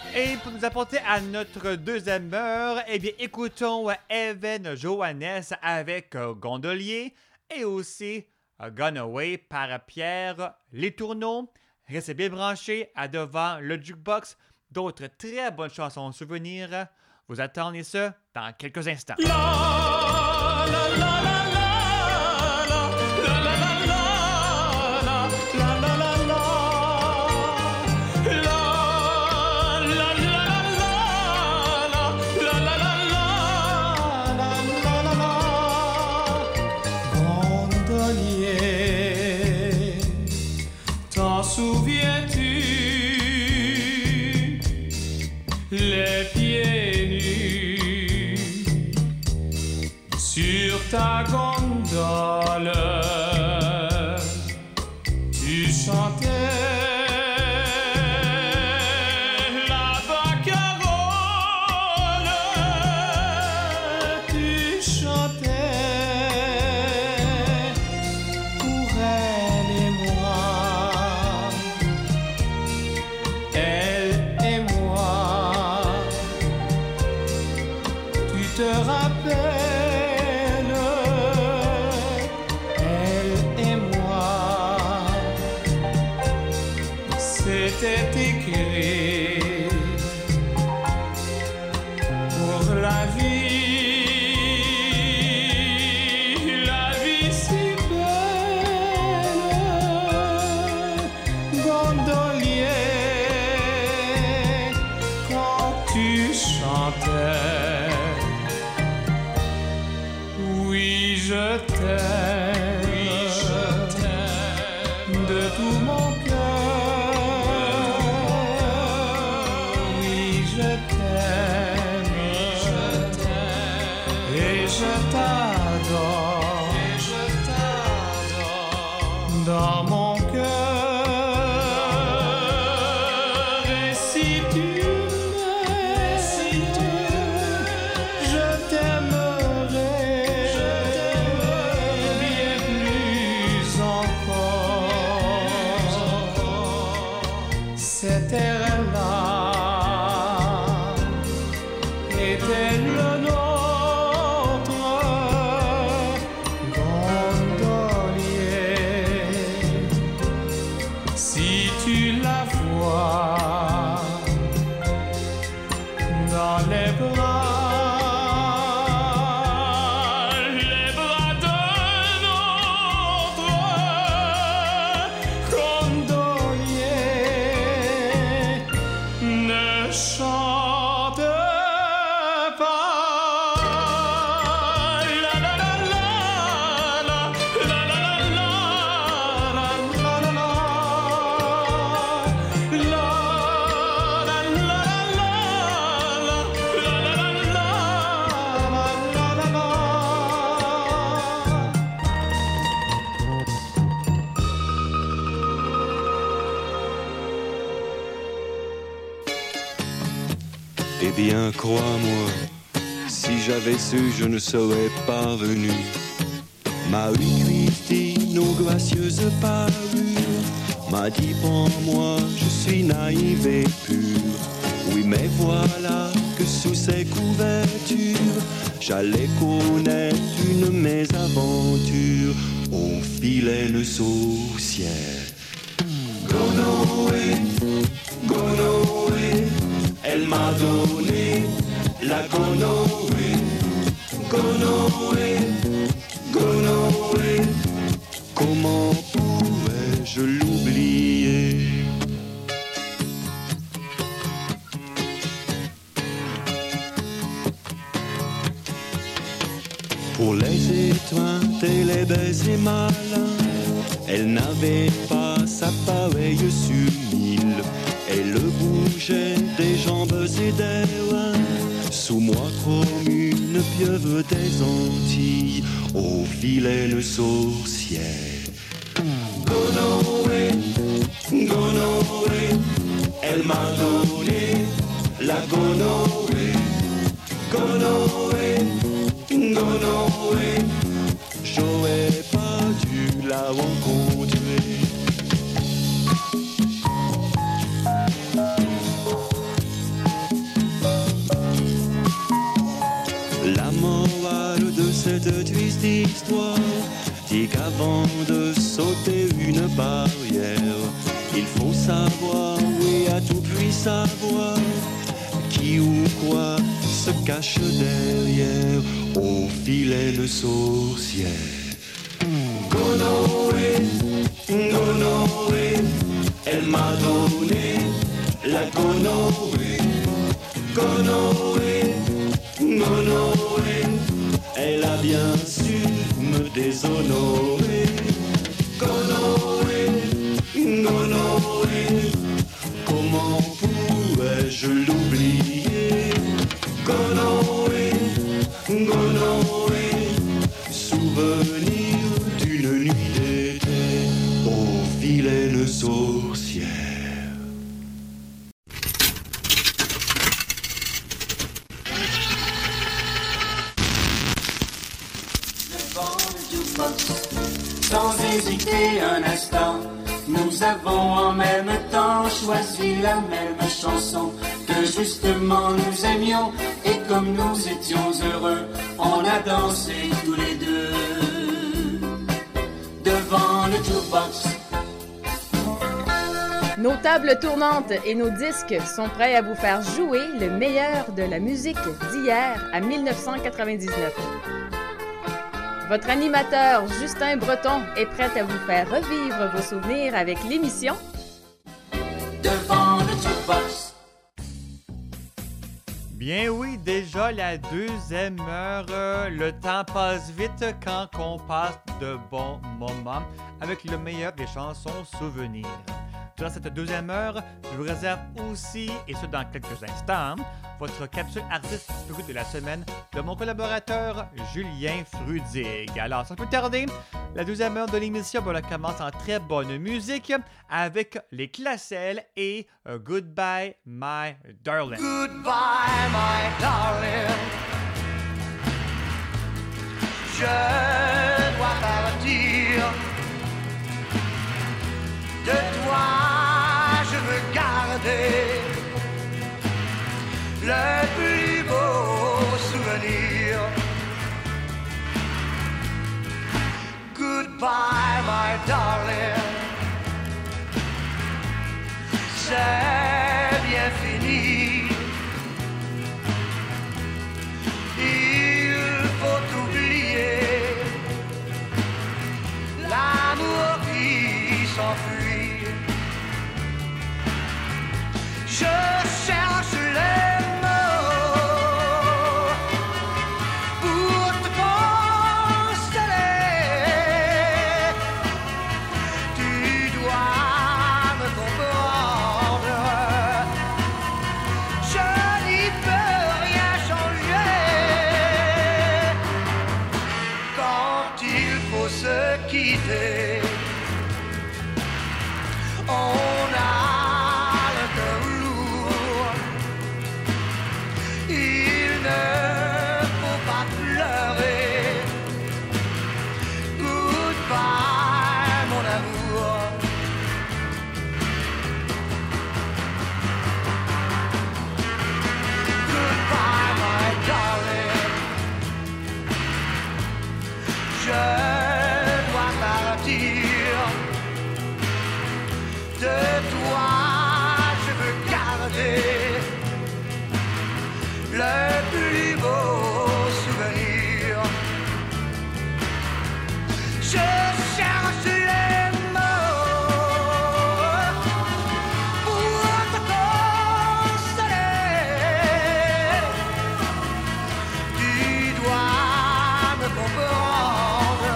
Et pour nous apporter à notre deuxième heure, eh bien, écoutons Evan Johannes avec euh, Gondolier et aussi euh, Gone Away par Pierre Letourneau. Restez bien branchés à devant le jukebox. D'autres très bonnes chansons en souvenir vous attendent et ce, dans quelques instants. La, la, la, la. T'en souviens-tu, les pieds nus sur ta gondole, tu chantais la barcarolle, tu chantais pour elle et moi. Te rappelle, elle et moi, c'était écrit pour la vie, la vie si belle, gondolier, quand tu chantais. Je t'aime, oui, je t'aime de tout mon cœur. Oui, je t'aime, oui, je t'aime et je t'adore, et je t'adore dans mon cœur. Et si tu m'aimes, si tu m'aimes, je t'aimerai. Cette terre-là était le nôtre, gondolier. Si tu la vois dans les bras, les bras d'un autre gondolier, ne chante pas. La la la la la la la la la la la la Eh bien, crois-moi, si j'avais su, je ne serais pas venu. M'a eu Christine aux gracieuses parures, m'a dit pour moi, je suis naïve et pure. Oui, mais voilà que sous ces couvertures, j'allais connaître une mésaventure au filet saucière. Gonoé, gonoé, elle m'a donné la gonoé, gonoé, gonoé. Comment pourrais-je l'oublier? Pour les étreintes et les baisers malins, elle n'avait pas sa pareille sur mille. Elle bougeait des jambes et des reins, sous moi comme une pieuvre des Antilles, au filet le sorcière. Gonoé, gonoé, elle m'a donné la gonoé, gonoé, gonoé. J'aurais pas dû la rencontrer. triste histoire dit qu'avant de sauter une barrière, il faut savoir, oui, à tout prix savoir qui ou quoi se cache derrière au vilaine sorcière. Gonorrhée, gonorrhée, elle m'a donné la gonorrhée. Gonorrhée, gonorrhée, elle a bien su me déshonorer. Gonorrhée, gonorrhée, comment pourrais-je l'oublier? Gonorrhée, gonorrhée, souvenir d'une nuit d'été, ô vilaine sorcière. Sans hésiter un instant, nous avons en même temps choisi la même chanson que justement nous aimions, et comme nous étions heureux, on a dansé tous les deux devant le jukebox. Nos tables tournantes et nos disques sont prêts à vous faire jouer le meilleur de la musique d'hier à mille neuf cent quatre-vingt-dix-neuf. Votre animateur Justin Breton est prêt à vous faire revivre vos souvenirs avec l'émission Devant le jukebox. Bien oui, déjà la deuxième heure, euh, le temps passe vite quand on passe de bons moments avec le meilleur des chansons souvenirs. Durant cette deuxième heure, je vous réserve aussi, et ce dans quelques instants, votre capsule artiste de la semaine de mon collaborateur Julien Frudig. Alors, sans plus tarder, la deuxième heure de l'émission, on commence en très bonne musique avec les Classel et uh, Goodbye My Darling. Goodbye my darling, je dois partir. De toi je veux garder le plus beau souvenir. Goodbye my darling, c'est bien fini. Il faut oublier l'amour qui s'enfuit. Je cherche les mots pour te consoler. Tu dois me comprendre. Je n'y peux rien changer. Quand il faut se quitter, on a le plus beau souvenir. Je cherche les mots pour te consoler. Tu dois me comprendre.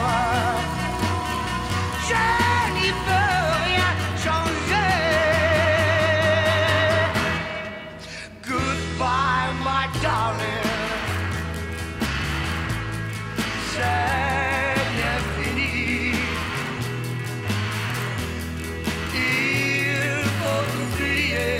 Je n'y peux rien changer. Goodbye my darling, c'est bien fini. Il faut oublier.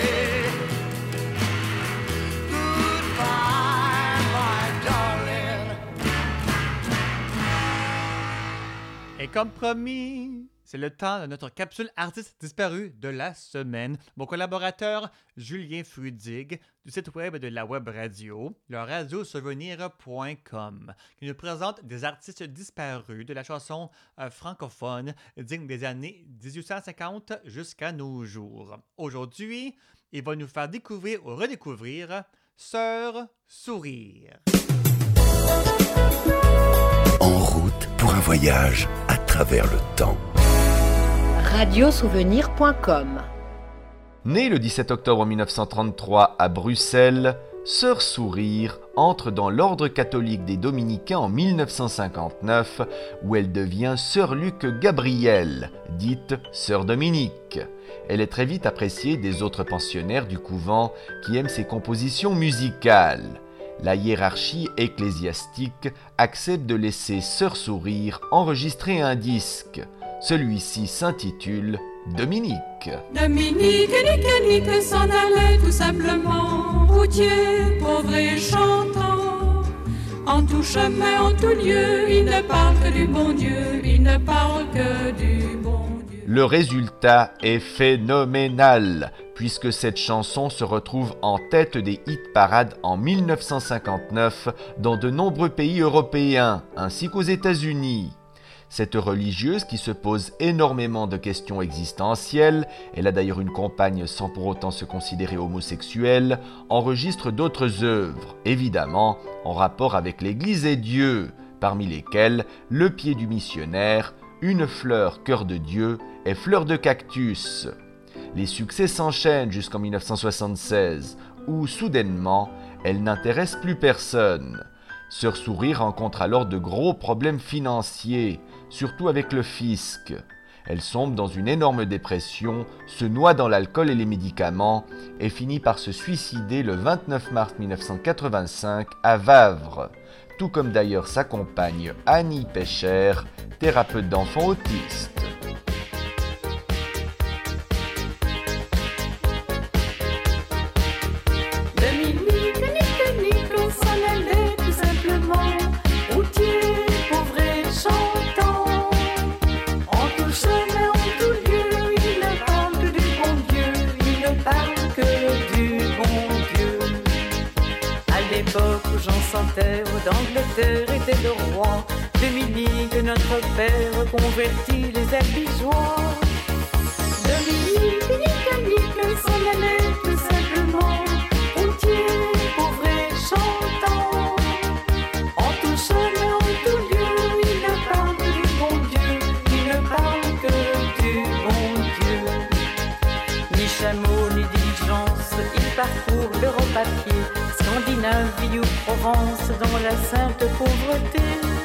Goodbye my darling. Et comme promis, C'est le temps de notre capsule artiste disparu de la semaine. Mon collaborateur Julien Frudig du site web de la web radio, le radio souvenir point com, qui nous présente des artistes disparus de la chanson euh, francophone digne des années dix-huit cent cinquante jusqu'à nos jours. Aujourd'hui, il va nous faire découvrir ou redécouvrir Sœur Sourire. En route pour un voyage à travers le temps. radio souvenir point com. Née le dix-sept octobre mille neuf cent trente-trois à Bruxelles, Sœur Sourire entre dans l'ordre catholique des Dominicains en mille neuf cent cinquante-neuf, où elle devient Sœur Luc Gabrielle, dite Sœur Dominique. Elle est très vite appréciée des autres pensionnaires du couvent qui aiment ses compositions musicales. La hiérarchie ecclésiastique accepte de laisser Sœur Sourire enregistrer un disque. Celui-ci s'intitule Dominique. Dominique, nique, nique, s'en allait tout simplement, routier, pauvre et chantant. En tout chemin, en tout lieu, il ne parle que du bon Dieu, il ne parle que du bon Dieu. Le résultat est phénoménal, puisque cette chanson se retrouve en tête des hit-parades en mille neuf cent cinquante-neuf dans de nombreux pays européens, ainsi qu'aux États-Unis. Cette religieuse, qui se pose énormément de questions existentielles, elle a d'ailleurs une compagne sans pour autant se considérer homosexuelle, enregistre d'autres œuvres, évidemment en rapport avec l'Église et Dieu, parmi lesquelles Le pied du missionnaire, Une fleur, cœur de Dieu et Fleur de cactus. Les succès s'enchaînent jusqu'en mille neuf cent soixante-seize, où soudainement, elle n'intéresse plus personne. Sœur Sourire rencontre alors de gros problèmes financiers, surtout avec le fisc. Elle sombre dans une énorme dépression, se noie dans l'alcool et les médicaments et finit par se suicider le vingt-neuf mars mille neuf cent quatre-vingt-cinq à Vavre, tout comme d'ailleurs sa compagne Annie Pécher, thérapeute d'enfants autistes. D'Angleterre était le roi, Dominique, notre père, convertit les albigeois. Dominique, nique, nique, s'en allait tout simplement, routier, pauvre et chantant. En tout chemin, en tout lieu, il ne parle que du bon Dieu, il ne parle que du bon Dieu. Ni chameau, ni diligence, il parcourt l'Europe à pied, Scandinavie ou Provence, dans la sainte pauvreté.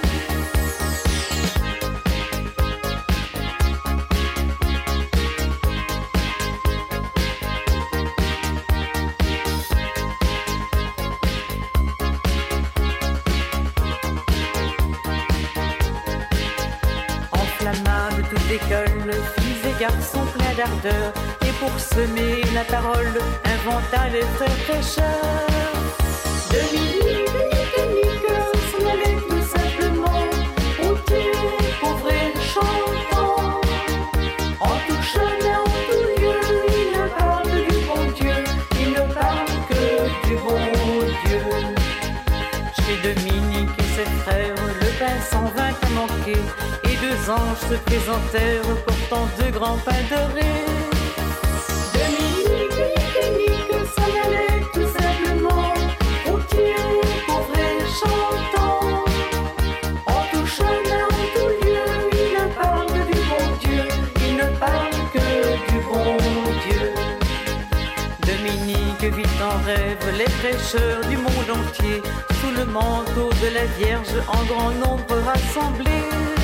Enflammable toute école, filles et garçons pleins d'ardeur, et pour semer la parole, inventa les frères prêcheurs. Dominique, nique, nique, s'en allait tout simplement, routier, pauvre et chantant. En tout chemin, en tout lieu, il ne parle que du bon Dieu, il ne parle que du bon Dieu. Chez Dominique et ses frères, le pain s'en vint à manquer, et deux anges se présentèrent portant deux grands pains dorés. Dominique, nique, nique, s'en allait tout simplement, routier, pauvre et chantant. En tout chemin, en tout lieu, il ne parle que du bon Dieu, il ne parle que du bon Dieu. Dominique vit en rêve les prêcheurs du monde entier, sous le manteau de la Vierge en grand nombre rassemblés.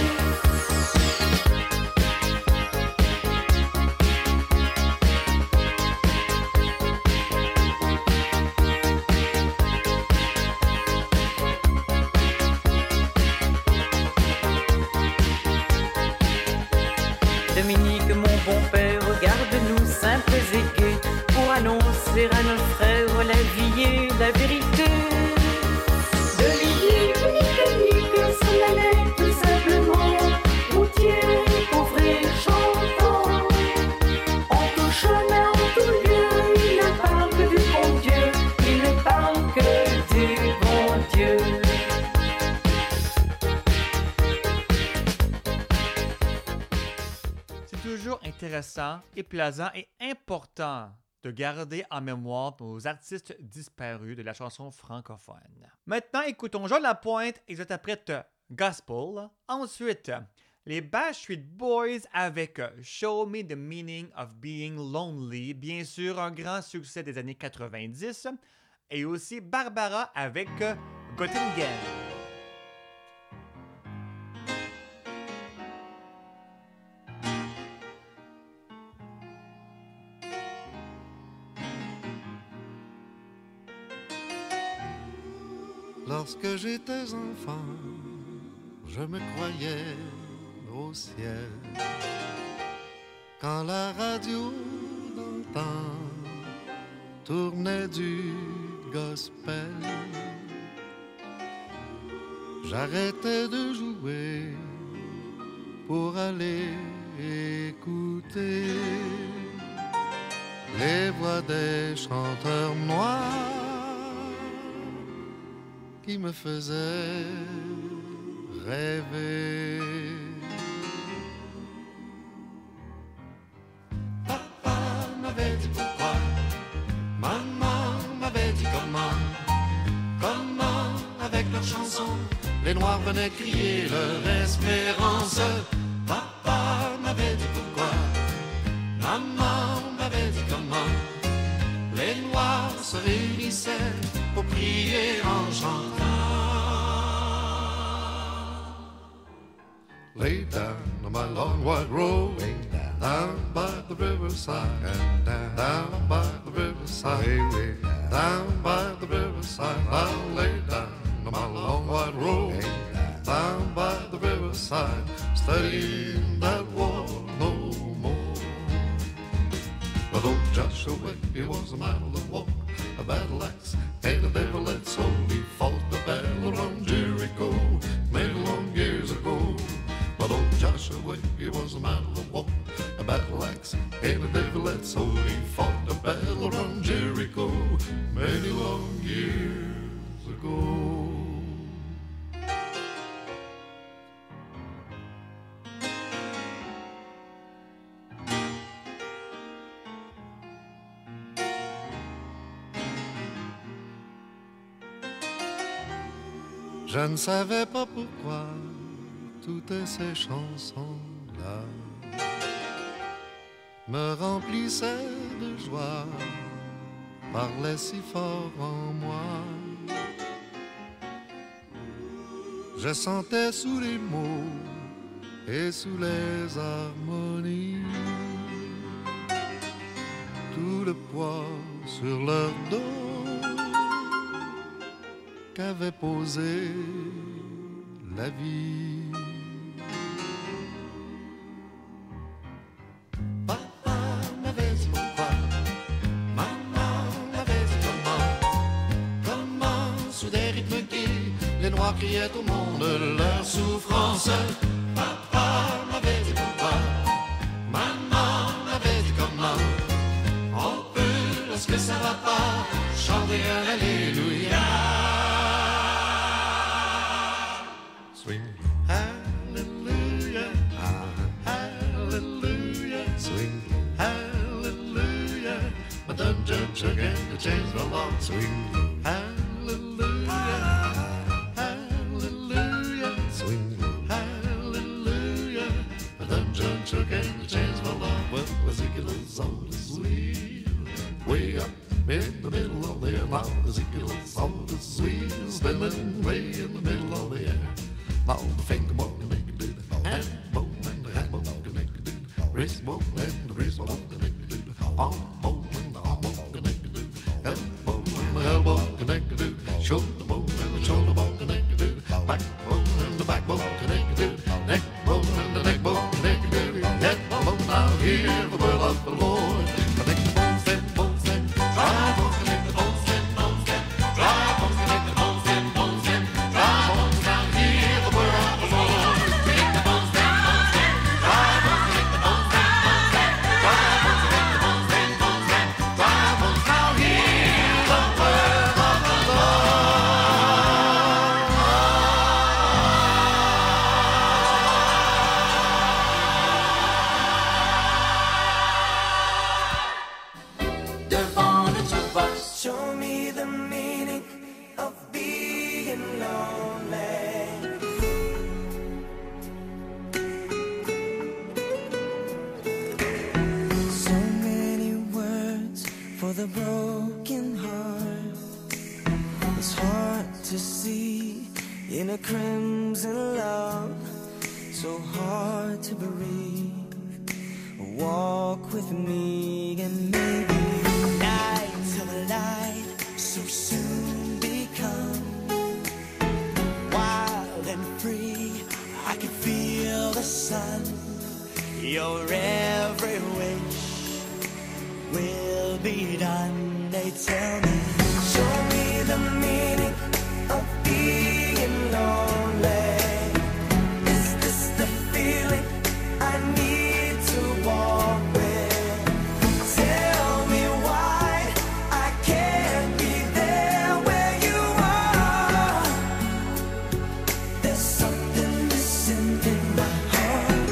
Dominique, mon bon père, garde-nous simples et gais, pour annoncer à nos frères la vie et la vérité. Dominique, nique, nique, s'en allait tout simplement, routier, pauvre et chantant. C'est toujours intéressant et plaisant et important de garder en mémoire nos artistes disparus de la chanson francophone. Maintenant, écoutons Jean Lapointe et je t'apprête Gospel. Ensuite, les Backstreet Boys avec Show Me the Meaning of Being Lonely, bien sûr un grand succès des années quatre-vingt-dix, et aussi Barbara avec Göttingen. Lorsque j'étais enfant, je me croyais au ciel. Quand la radio d'antan tournait du gospel, j'arrêtais de jouer pour aller écouter les voix des chanteurs noirs qui me faisaient rêver. Papa m'avait dit pourquoi, maman m'avait dit comment, comment avec leurs chansons les noirs venaient crier leur espérance. Papa m'avait dit pourquoi, maman m'avait dit comment, les noirs se réunissaient pour prier en chantant. Lay down on my long white road, down, down by the riverside, down, down by the riverside, way, way down, down by the riverside. I'll lay down on my long white road, down, down by the riverside, studying that war no more. But old Joshua, he was a man of the war, a battle axe, and the devil let soul. He fought the battle around Jericho many long years ago. But old Joshua, he was a man of the war, a battle axe, and the devil let soul. He fought the battle around Jericho many long years ago. Je ne savais pas pourquoi toutes ces chansons-là me remplissaient de joie, parlaient si fort en moi. Je sentais sous les mots et sous les harmonies tout le poids sur leur dos qu'avait posé la vie. Papa m'avait dit pourquoi, maman m'avait dit comment, comment sous des rythmes qui les noirs criaient au monde leur souffrance. Papa m'avait dit pourquoi, maman m'avait dit comment, on peut lorsque ça va pas chanter un alléluia. Swing, hallelujah, hallelujah, swing, hallelujah. My dungeon shook and the chains fell off. Swing, hallelujah, hallelujah, swing, hallelujah. My dungeon shook and the chains fell off. Well, Ezekiel's on his wheel, way up in the middle of the air. Now Ezekiel's on his wheel, spinning way in the middle of the air. Now the finger bone can make it do the hand bone and the hand bone can make it do the wrist bone and the wrist bone can make it do the arm bone and the arm bone can make it do the elbow and the elbow can make it do the shoulder bone and the shoulder bone can make it do the backbone and the backbone can make it do the neck bone and the neck bone can make it do the head bone. Now hear the word of the Lord. Connect the bones, them bones, them dry bones, connect the bones, them bones, them dry bones, connect the bones, them bones, them dry bones. Now hear the word of the Lord. Connect the bones, them bones, them dry bones, connect the bones, them bones, them dry bones, connect the bones, them bones, them dry bones. Now hear the word of the Lord. a broken heart. It's hard to see in a crimson love, so hard to breathe. Walk with me and maybe nights of light so soon become wild and free. I can feel the sun. Your every wish will be done. They tell me, show me the meaning of being lonely. Is this the feeling I need to walk with? Tell me why I can't be there where you are. There's something missing in my heart.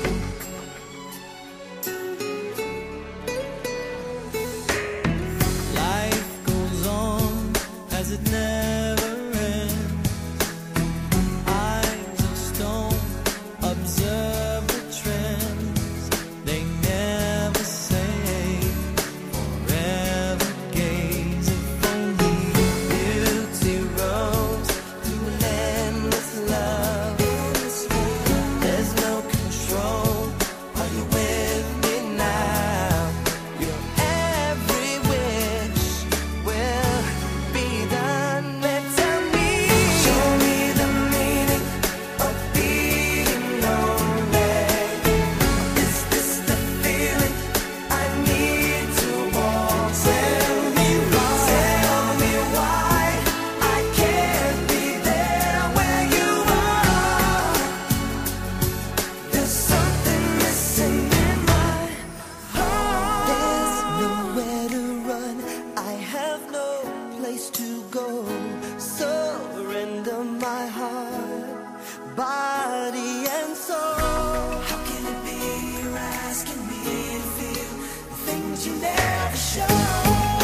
Life goes on as it never ends. Eyes of stone observe the trends. They never say forever gaze. If only beauty rose through an endless love. There's no control. Are you with me now? Your every wish will be done. Tell me, show me the meaning of being lonely. Is this the feeling I need to walk? Tell me why, tell me why I can't be there where you are. There's something missing in my heart. There's nowhere to run. I have no place to go. Surrender my heart, body and soul. How can it be you're asking me to feel the things you never show?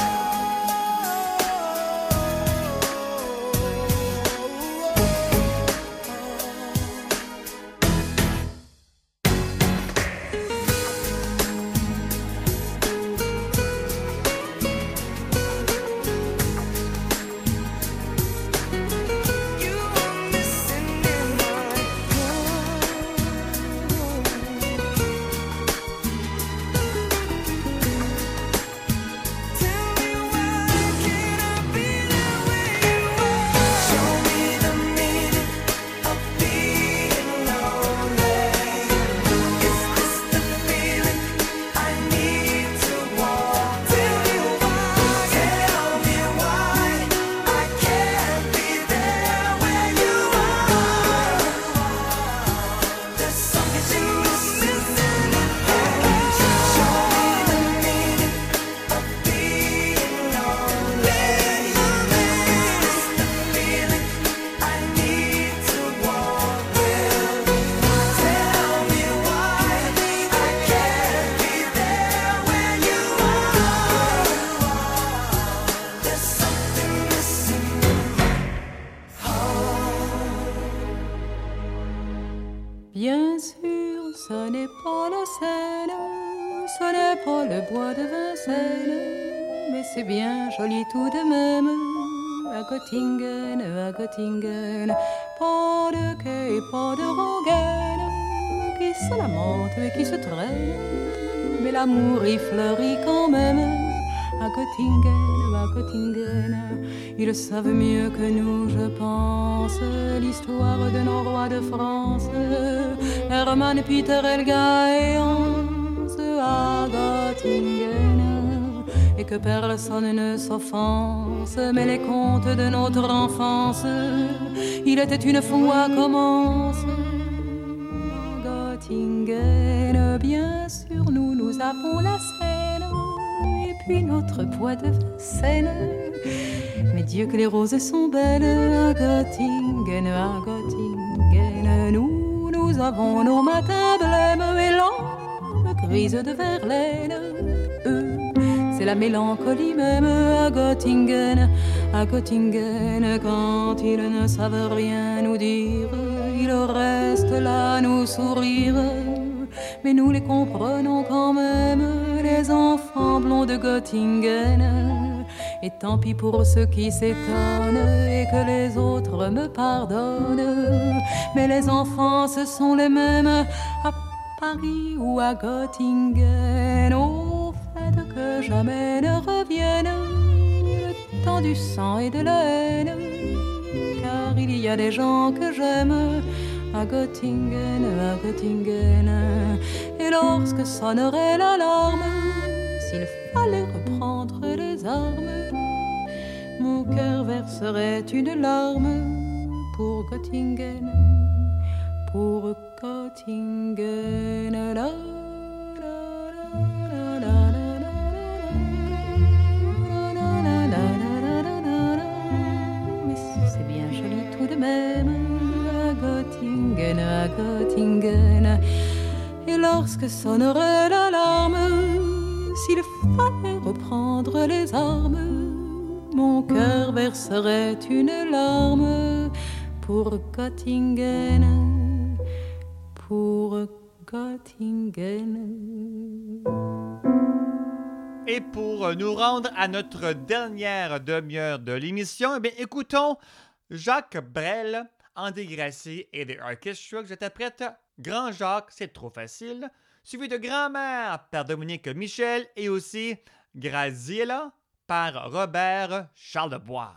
Bien sûr, ce n'est pas la Seine, ce n'est pas le bois de Vincennes, mais c'est bien joli tout de même. À Göttingen, à Göttingen, pas de quai, pas de rengaine, qui se lamente et qui se traîne, mais l'amour y fleurit quand même. À Göttingen, à Göttingen, ils savent mieux que nous, je pense, l'histoire de nos rois de France, Hermann, Peter, Helga et Hans. À Göttingen, et que personne ne s'offense, mais les contes de notre enfance, il était une fois commence. À Göttingen, bien sûr, nous, nous avons la Seine, et puis notre bois de Vincennes. Mais Dieu que les roses sont belles à Göttingen, à Göttingen. Nous, nous avons nos matins blêmes et lampes grises de Verlaine. Eux, c'est la mélancolie même à Göttingen, à Göttingen. Quand ils ne savent rien nous dire, ils restent là nous sourire. Mais nous les comprenons quand même, les les enfants blonds de Göttingen. Et tant pis pour ceux qui s'étonnent et que les autres me pardonnent. Mais les enfants, ce sont les mêmes à Paris ou à Göttingen. Au fait que jamais ne revienne le temps du sang et de la haine. Car il y a des gens que j'aime à Göttingen, à Göttingen. Et lorsque sonnerait l'alarme, s'il fallait reprendre les armes, mon cœur verserait une larme pour Göttingen, pour Göttingen. La, la, la, la, la. C'est bien joli tout de même à Göttingen, à Göttingen. Et lorsque sonnerait l'alarme, s'il fallait reprendre les armes, mon cœur verserait une larme pour Göttingen, pour Göttingen. Et pour nous rendre à notre dernière demi-heure de l'émission, eh bien, écoutons Jacques Brel, André Grassi et The Orchestra que j'interprète Grand Jacques, c'est trop facile, suivi de Grand-mère par Dominique Michel et aussi Graziella par Robert Charlebois.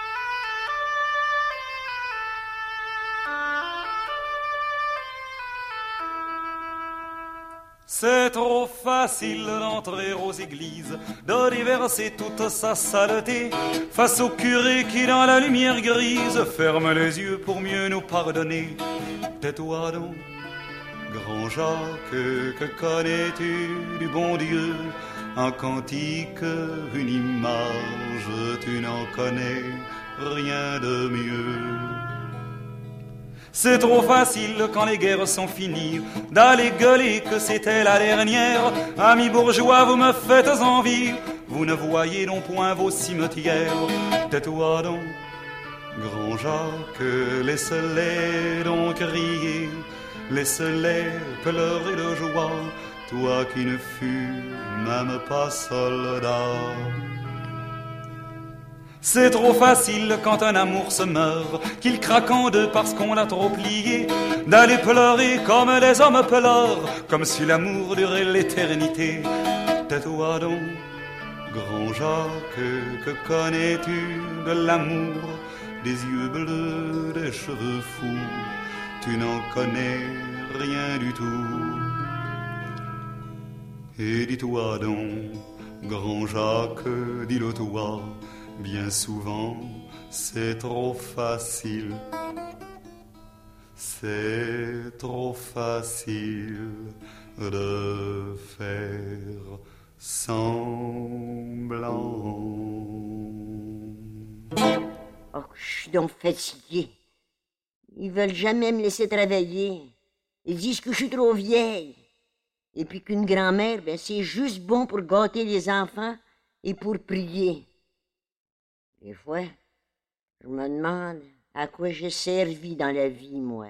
C'est trop facile d'entrer aux églises, de déverser toute sa saleté face au curé qui dans la lumière grise ferme les yeux pour mieux nous pardonner. Tais-toi donc, grand Jacques, que connais-tu du bon Dieu? Un cantique, une image, tu n'en connais rien de mieux. C'est trop facile quand les guerres sont finies d'aller gueuler que c'était la dernière. Amis bourgeois, vous me faites envie, vous ne voyez donc point vos cimetières. Tais-toi donc, grand Jacques, laisse-les donc crier, laisse-les pleurer de joie, toi qui ne fus même pas soldat. C'est trop facile quand un amour se meurt, qu'il craque en deux parce qu'on l'a trop plié, d'aller pleurer comme les hommes pleurent, comme si l'amour durait l'éternité. Tais-toi donc, grand Jacques, que connais-tu de l'amour? Des yeux bleus, des cheveux fous, tu n'en connais rien du tout. Et dis-toi donc, grand Jacques, dis-le toi, bien souvent, c'est trop facile, c'est trop facile de faire semblant. Oh, je suis donc fatiguée. Ils veulent jamais me laisser travailler. Ils disent que je suis trop vieille. Et puis qu'une grand-mère, ben, c'est juste bon pour gâter les enfants et pour prier. Des fois, je me demande à quoi j'ai servi dans la vie, moi.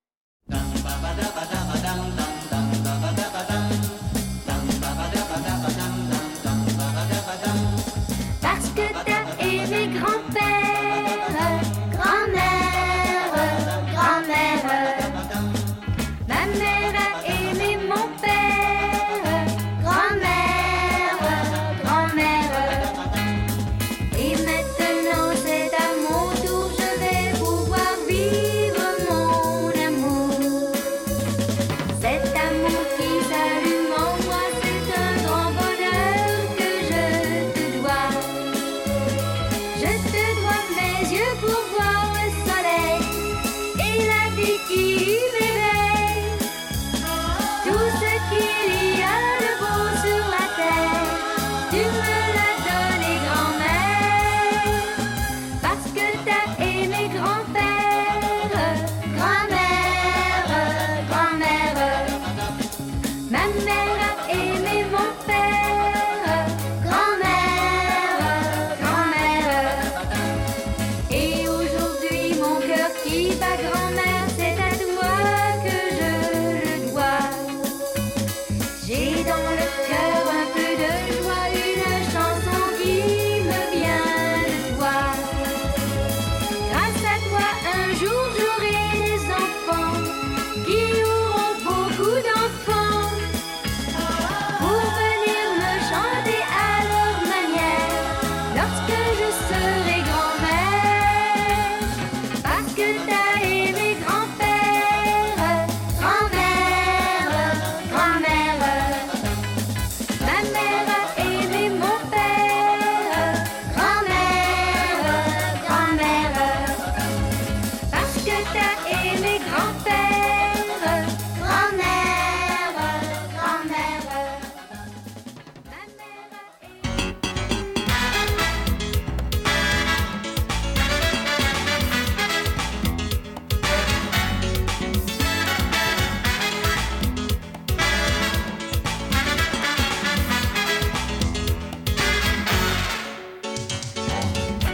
Parce que t'as aimé grand-père, grand-mère, grand-mère. Ma mère a aimé mon père, grand-mère, grand-mère. Et maintenant c'est à mon tour, je vais pouvoir vivre mon amour. C'est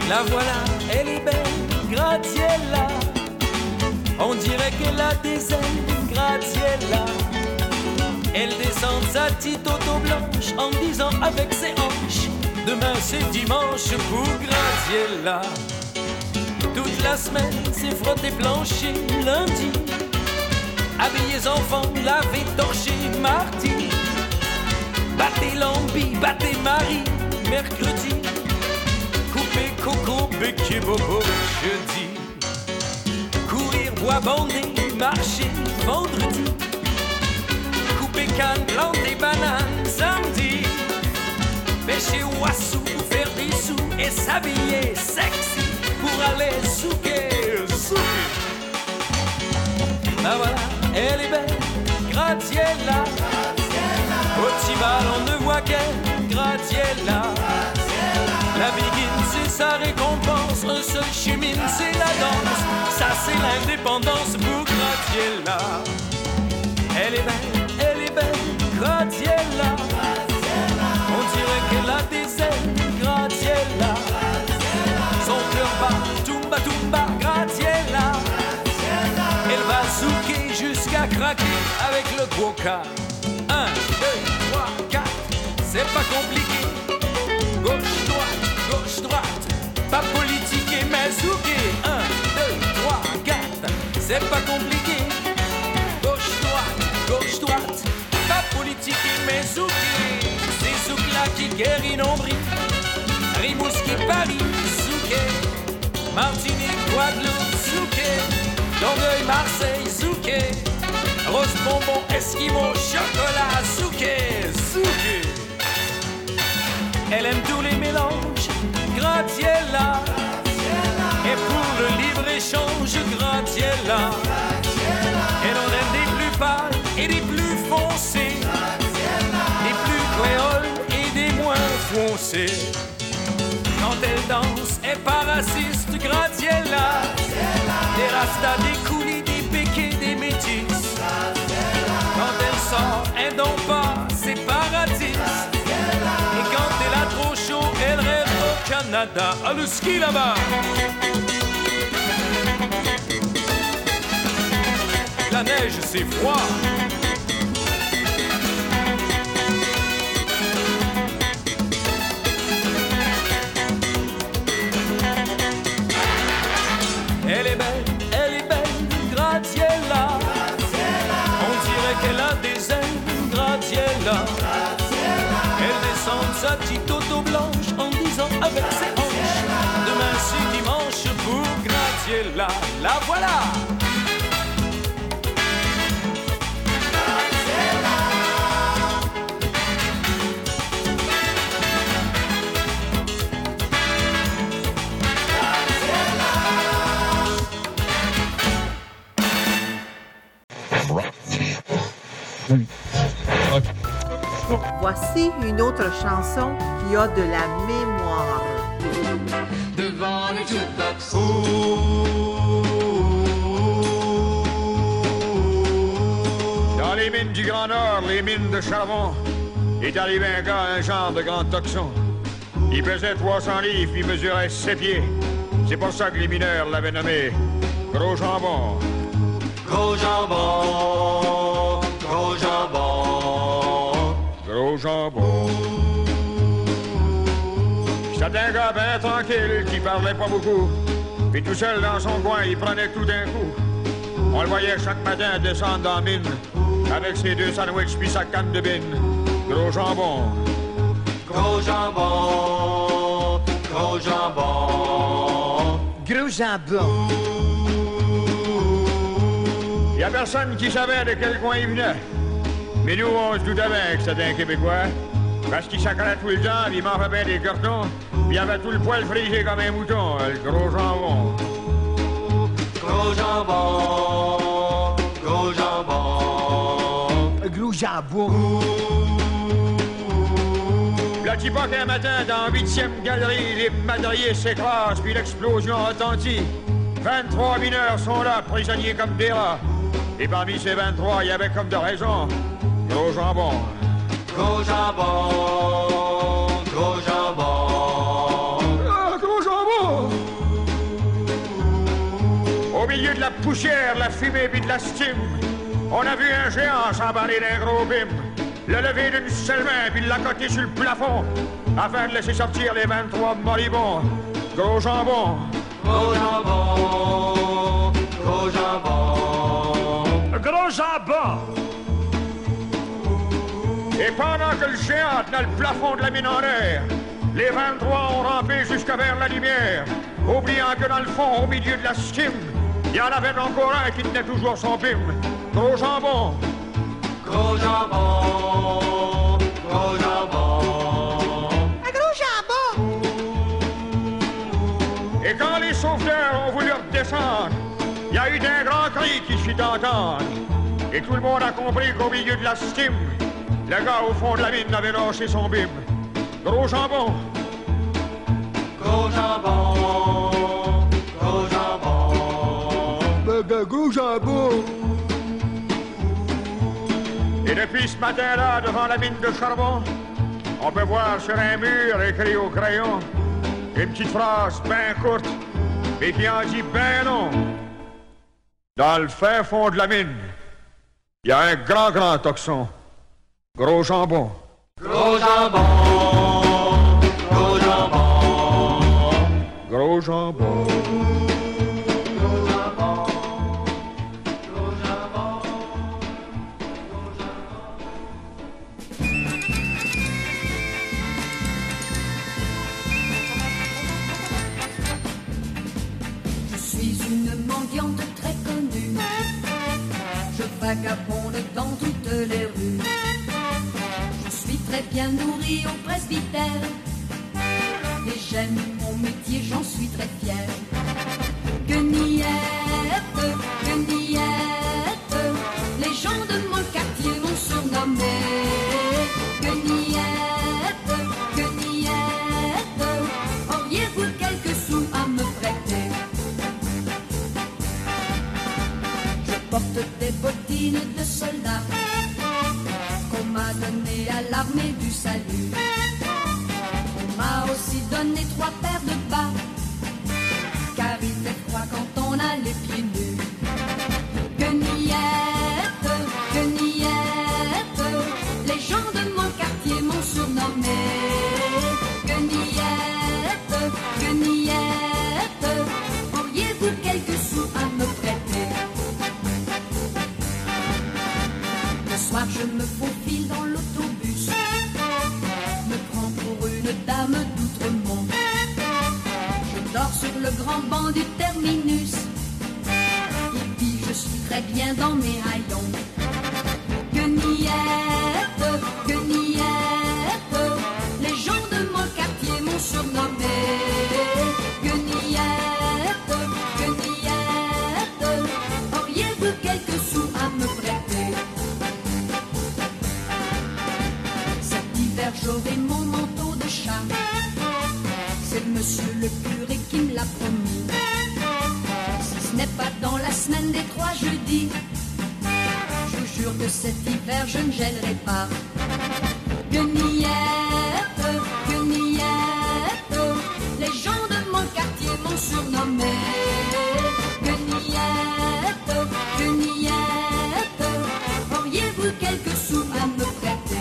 La voilà, elle est belle, Graziella. On dirait qu'elle a des ailes, Graziella. Elle descend sa petite auto blanche en disant avec ses hanches: demain c'est dimanche pour Graziella. Toute la semaine c'est frotter plancher, lundi habillez enfants, lavez, torcher, mardi battez lambi, battez Marie, mercredi couper coco, béquet, bobo, jeudi courir, bois, bander, marcher, vendredi couper canne, planter banane, samedi pêcher oiseau, faire des sous et s'habiller sexy pour aller souquer, souquer. Ah voilà, elle est belle, Graziella. Au petit bal, on ne voit qu'elle, Graziella. La biguine, c'est sa récompense. Un seul chemine, c'est la danse. Ça, c'est l'indépendance pour Graziella. Elle est belle, elle est belle, Graziella. On dirait qu'elle a des ailes, Graziella. Son cœur bat, tumba, tumba, Graziella. Elle va souquer jusqu'à craquer avec le coca. Un, deux, trois, quatre, c'est pas compliqué. Gauche, droite, gauche, droite, pas politique mais souquer. Un, deux, trois, quatre, c'est pas compliqué. Gauche, droite, gauche, droite, pas politique mais souquer. C'est souk-là qui guérit nombril. Rimouski, Paris, souquet. Martinique, Guadeloupe, souquet. Longueuil, Marseille, souquet. Rose, bonbon, esquimau, chocolat, souquet, souquet. Elle aime tous les mélanges, Graziella. Et pour le libre-échange, Graziella. Elle en aime des plus pâles et des plus foncés. Des plus créoles et des moins foncés. Quand elle danse, elle est pas raciste, Graziella. Des rastas, des coulis, des béquets, des métis. Quand elle sort, elle donc pas séparatiste. Et quand elle a trop chaud, elle rêve au Canada. Ah, le ski là-bas. La neige, c'est froid. Elle est belle, elle est belle, Graziella. On dirait qu'elle a des ailes, Graziella. Elle descend de sa petite auto blanche en disant avec ses hanches: demain c'est dimanche pour Graziella. La voilà. Voici une autre chanson qui a de la mémoire. Devant le jukebox. Dans les mines du Grand Nord, les mines de charbon, est arrivé un gars, un genre de grand toxon. Il pesait trois cents livres, il mesurait sept pieds. C'est pour ça que les mineurs l'avaient nommé Gros Jambon. Gros jambon, gros jambon, gros jambon. C'était un gars bien tranquille qui parlait pas beaucoup. Puis tout seul dans son coin, il prenait tout d'un coup. On le voyait chaque matin descendre dans la mine avec ses deux sandwichs puis sa canne de bine. Gros jambon. Gros jambon, gros jambon, gros jambon. Y a personne qui savait de quel coin il venait. Mais nous, on se doutait bien que c'était un Québécois. Parce qu'il s'accalait tout le temps, il mangeait bien des cartons, puis il avait tout le poil frisé comme un mouton, le gros jambon. Gros jambon, gros jambon, gros jambon. Là, tu vois qu'un matin, dans la huitième galerie, les madriers s'écrasent, puis l'explosion retentit. vingt-trois mineurs sont là, prisonniers comme des rats. Et parmi ces vingt-trois, il y avait comme de raison gros jambon. Gros jambon, gros jambon, ah, gros jambon. poussière, de la fumée puis de la stime. On a vu un géant s'emballer d'un gros bim, le lever d'une seule main puis l'accoter sur le plafond, afin de laisser sortir les vingt-trois moribonds. Gros jambon, gros jambon, gros jambon, gros jambon. Et pendant que le géant tenait le plafond de la mine en l'air, les vingt-trois ont rampé jusqu'à vers la lumière, oubliant que dans le fond, au milieu de la stime, il y en avait encore un qui tenait toujours son bim. Gros jambon, gros jambon, gros jambon, un gros jambon. Et quand les sauveteurs ont voulu redescendre, il y a eu d'un grand cri qui se fit entendre. Et tout le monde a compris qu'au milieu de la stime, le gars au fond de la mine avait lâché son bim. Gros jambon, gros jambon, gros jambon, ben, ben, gros jambon. Et depuis ce matin-là, devant la mine de charbon, on peut voir sur un mur écrit au crayon une petite phrase bien courte et qui en dit ben long. Dans le fin fond de la mine, il y a un grand, grand toxon. Gros jambon. Gros jambon, gros jambon, gros jambon. Très connue, je vagabonde dans toutes les rues. Je suis très bien nourrie au presbytère et j'aime mon métier, j'en suis très fière. Gueniètte, Guenièette, les gens de mon quartier m'ont surnommé Guenièette, Guenièette. Auriez-vous quelques sous à me prêter? Porte des bottines de soldats qu'on m'a donné à l'armée du salut. On m'a aussi donné trois paires de bas, car il fait froid quand on a les pieds nus. Guenièette, Guenièette, les gens de mon quartier m'ont surnommé Guenièette, Guenièette. Auriez-vous quelques sous à me prêter? Le soir je me faufile dans l'autobus, me prends pour une dame d'Outremont. Je dors sur le grand banc du terminus, et puis je suis très bien dans mes haillons. Guenièette, Guenièette, les gens de mon quartier m'ont surnommé Guenièette, Guenièette. Auriez-vous quelques sous à me prêter? J'aurai mon manteau de chat, c'est monsieur le curé qui me l'a promis. Si ce n'est pas dans la semaine des trois jeudis, je vous jure que cet hiver je ne gênerai pas. Guenièette, Guenièette, les gens de mon quartier m'ont surnommé Guenièette, Guenièette. Auriez-vous quelques sous à me prêter?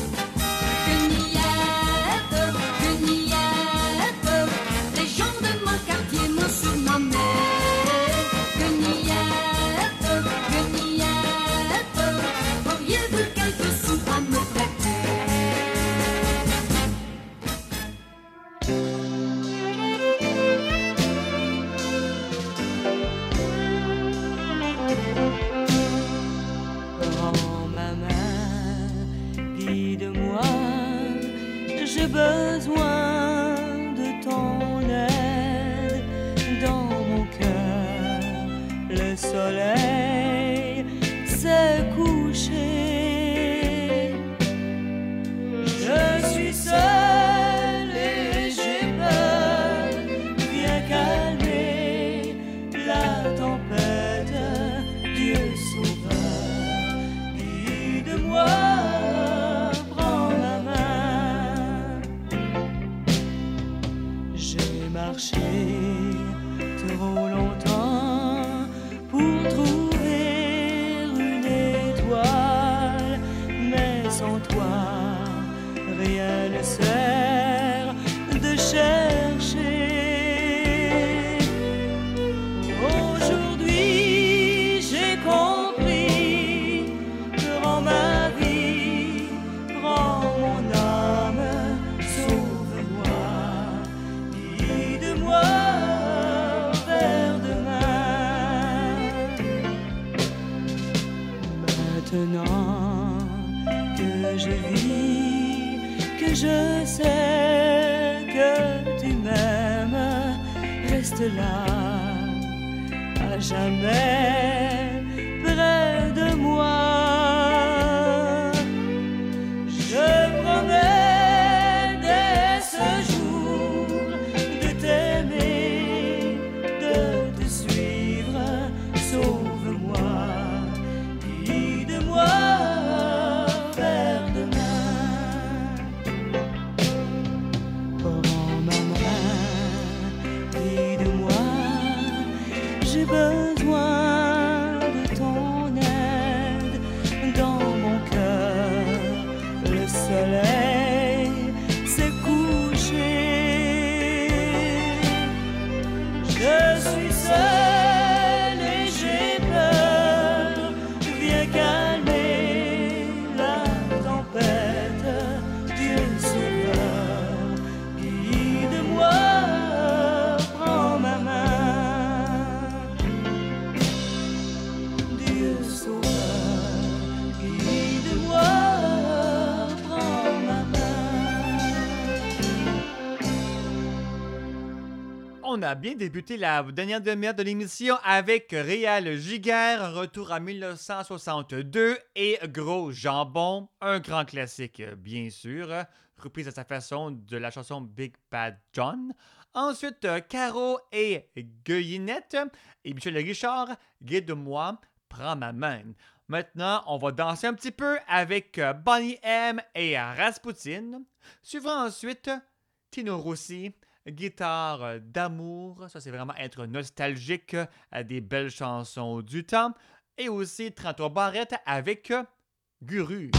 Besoin de ton aide dans mon cœur. Le soleil s'est couché. Je suis seule et j'ai peur. Viens calmer la tempête. Dieu sauveur, guide-moi. Marché trop longtemps pour rien ne sert de chercher. Aujourd'hui, j'ai compris que rend ma vie, rend mon âme, sauve-moi, guide-moi vers demain. Maintenant que je vis, que je sais que tu m'aimes, reste là à jamais près de moi. Je promets dès ce jour de t'aimer, de te suivre, sauve-moi, guide-moi vers demain. Prends ma main, guide-moi, j'ai besoin de ton aide. Dans mon cœur, le soleil s'est couché. Je suis seul et j'ai peur. Viens calmer la tempête, Dieu sauveur, guide-moi, prends ma main. Dieu sauveur, guide-moi, prends ma main. On a bien débuté la dernière demi-heure de l'émission avec Réal Giguère, un retour en mille neuf cent soixante-deux, et Gros Jambon, un grand classique, bien sûr, reprise à sa façon de la chanson Big Bad John. Ensuite, euh, Caro et Guillinette et Michel Richard, Guide-moi, prends ma main. Maintenant, on va danser un petit peu avec euh, Bonnie M et Rasputin. Suivra ensuite Tino Rossi, guitare euh, d'amour. Ça, c'est vraiment être nostalgique à des belles chansons du temps. Et aussi trente-trois Barrette avec euh, Guru.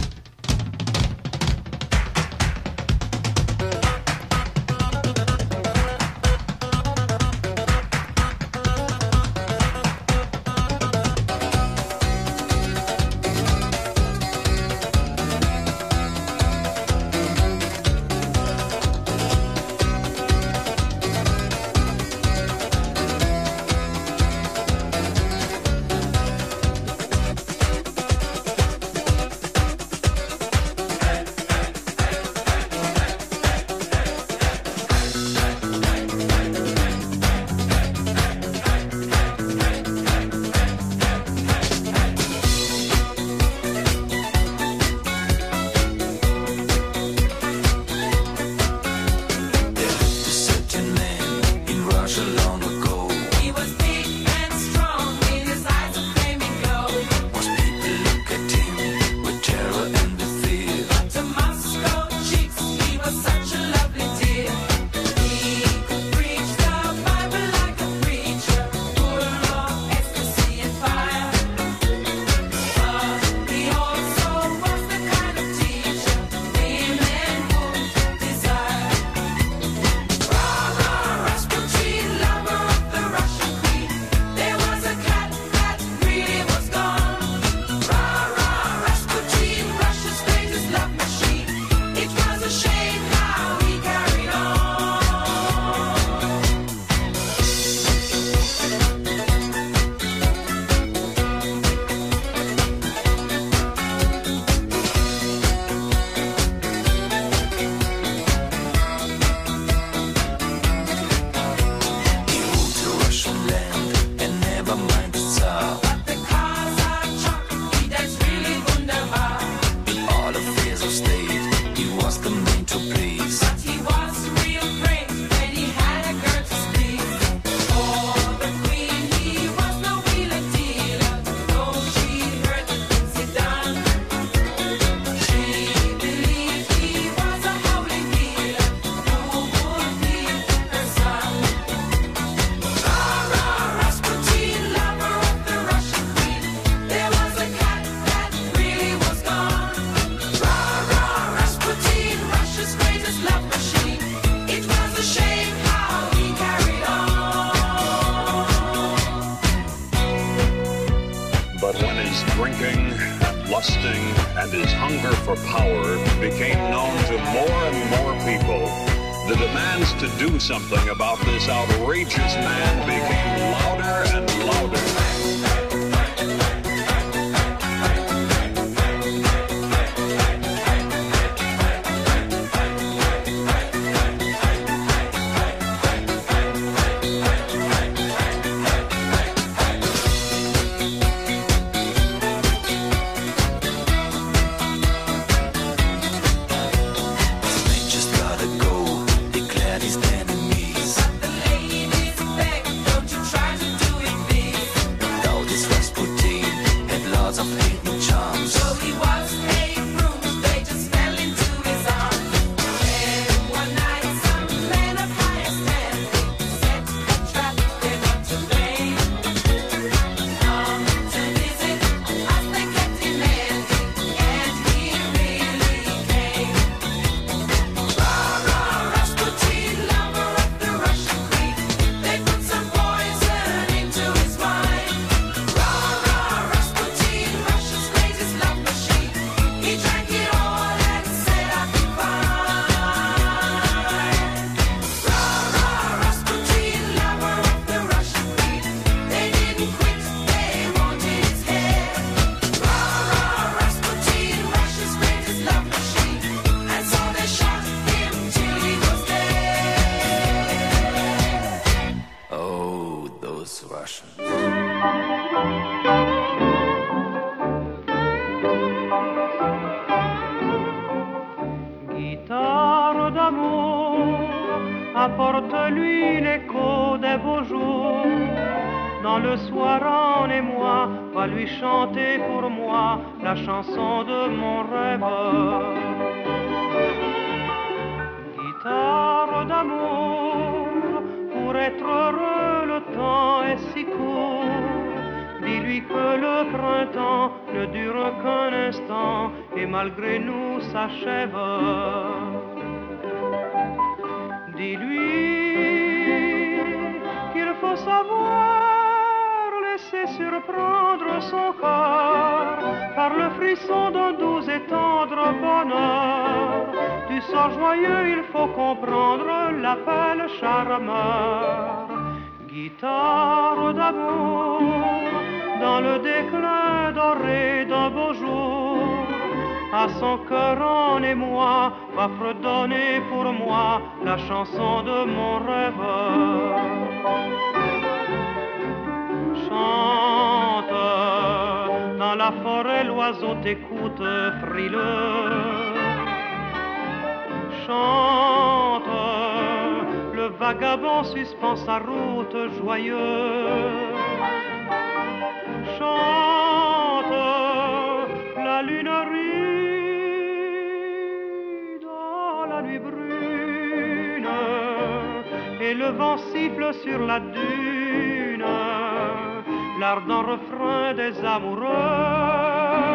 for power became known to more and more people, the demands to do something about this outrageous man became louder and louder. Guitare d'amour, apporte-lui l'écho des beaux jours. Dans le soir en émoi, va lui chanter pour moi la chanson de mon rêve. Guitare d'amour, pour être heureux le temps est si court. Dis-lui que le printemps ne dure qu'un instant et malgré nous s'achève. Dis-lui qu'il faut savoir laisser surprendre son corps par le frisson d'un doux et tendre bonheur. Du sort joyeux il faut comprendre l'appel charmeur. Guitare d'amour, dans le déclin doré d'un beau jour, à son cœur en émoi, va fredonner pour moi la chanson de mon rêve. Chante, dans la forêt l'oiseau t'écoute frileux. Chante, le vagabond suspend sa route joyeux. Chante, la lune rit dans la nuit brune et le vent siffle sur la dune l'ardent refrain des amoureux.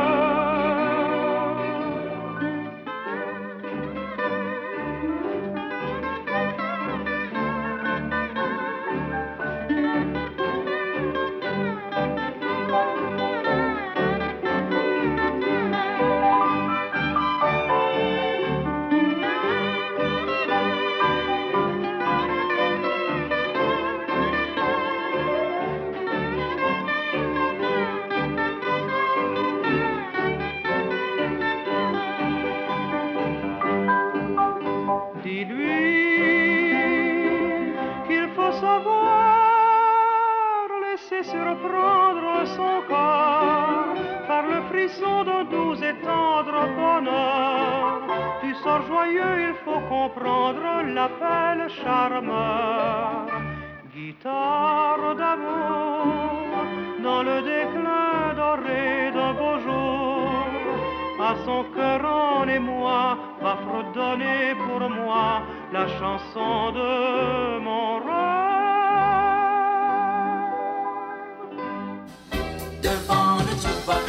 Surprendre son corps par le frisson d'un doux et tendre bonheur. Du sort joyeux il faut comprendre l'appel charmeur. Guitare d'amour, dans le déclin doré d'un beau jour, à son cœur en émoi va fredonner pour moi la chanson de mon rêve. Devant le jukebox,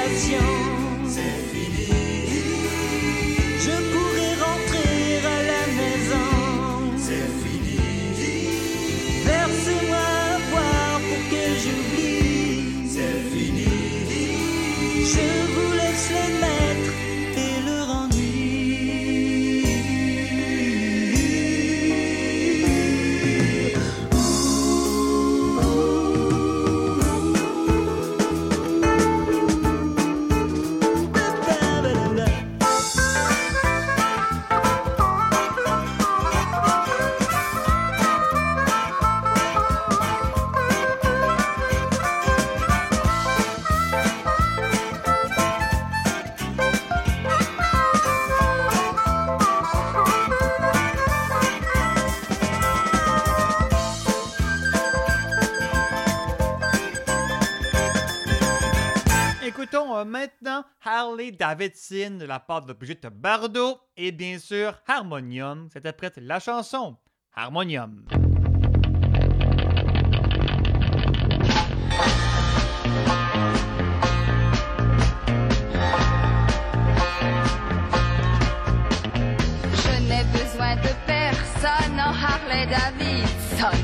d'excitation. C'est fini. Je pourrais rentrer à la maison. C'est fini. Verse-moi à boire pour que j'oublie. C'est fini. Je vous laisse le maître et leur ennui. Écoutons euh, maintenant Harley Davidson de la part de Brigitte Bardot et bien sûr Harmonium. S'interprète la chanson Harmonium. Je n'ai besoin de personne en Harley Davidson.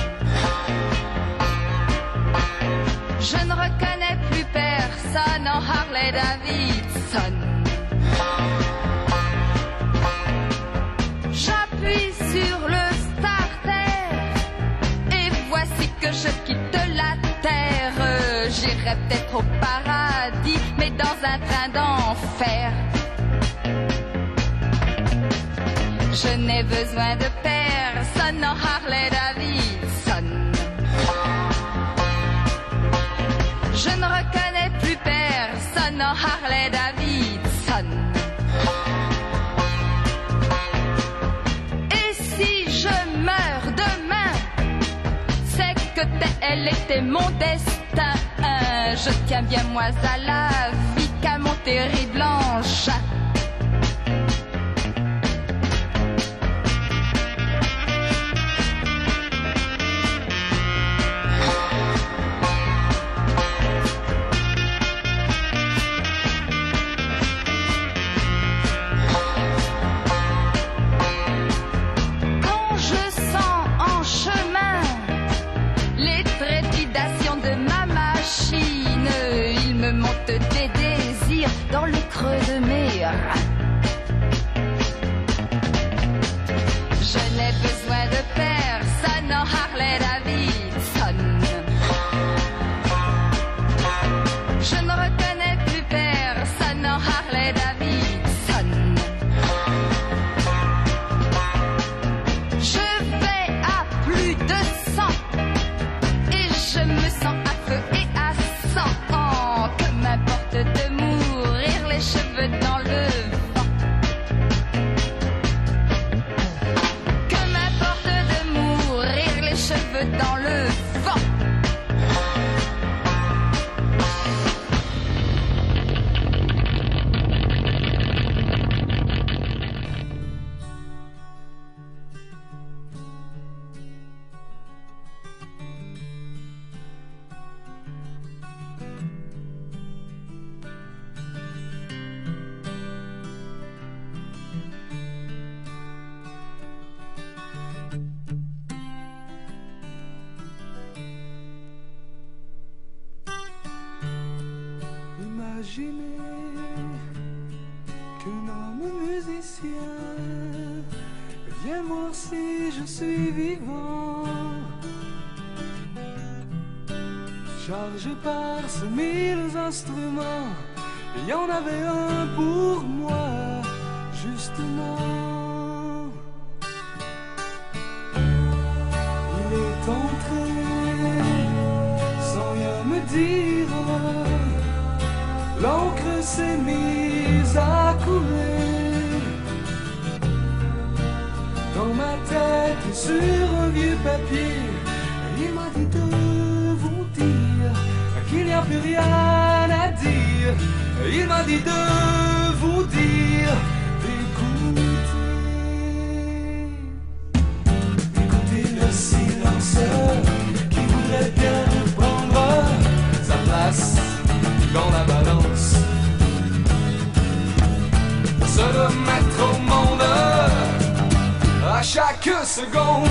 Je ne reconnais plus personne en Harley Davidson. J'appuie sur le starter et voici que je quitte la terre. J'irai peut-être au paradis, mais dans un train d'enfer. Je n'ai besoin de personne en Harley Davidson. Je ne reconnais plus personne en Harley Davidson. Et si je meurs demain, c'est que tel était mon destin. Je tiens bien moi à la vie qu'à mon terrible engin. Des désirs dans le creux de mes reins. Je n'ai besoin de personne en Harley Davidson. Je ne reconnais plus personne en Harley Davidson. Je vais à plus de cent et je me sens à feu et à sang. M'importe de mourir les cheveux dans le vent. Que m'importe de mourir les cheveux dans le vent. Imaginez qu'un homme musicien vienne voir si je suis vivant, chargé par ces mille instruments. Il y en avait un pour moi, justement. Il est entré sans rien me dire. L'encre s'est mise à couler dans ma tête et sur un vieux papier. Il m'a dit de vous dire qu'il n'y a plus rien à dire. Il m'a dit de vous dire d'écouter. Écoutez le silence qui voudrait bien prendre sa place dans la balance. seconde.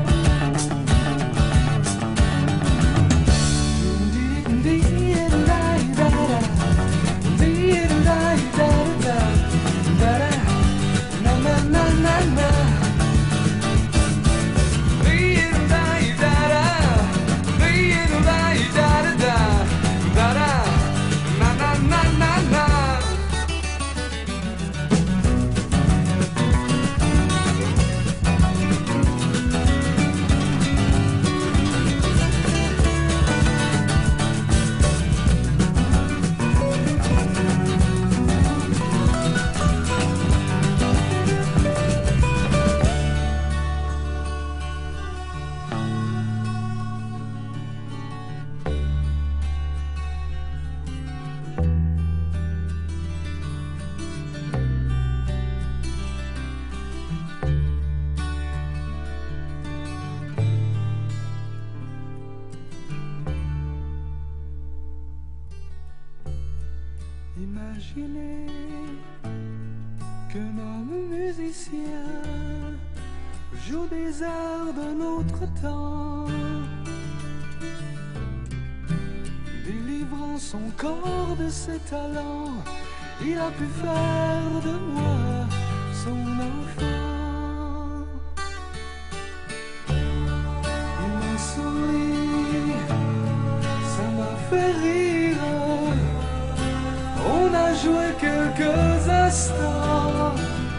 Imaginez qu'un homme musicien joue des airs d'un autre temps, délivrant son corps de ses talents. Il a pu faire de moi son enfant. Il m'a souri, ça m'a fait rire. On a joué quelques instants,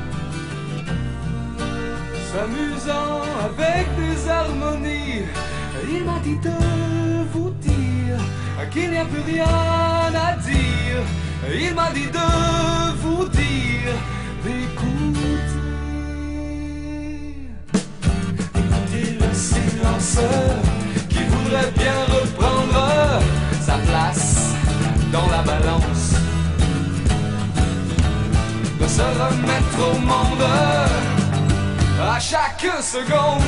s'amusant avec des harmonies. Il m'a dit de vous dire qu'il n'y a plus rien à dire. Il m'a dit de vous dire d'écouter. Écoutez le silence qui voudrait bien reprendre sa place dans la balance, de se remettre au monde à chaque seconde.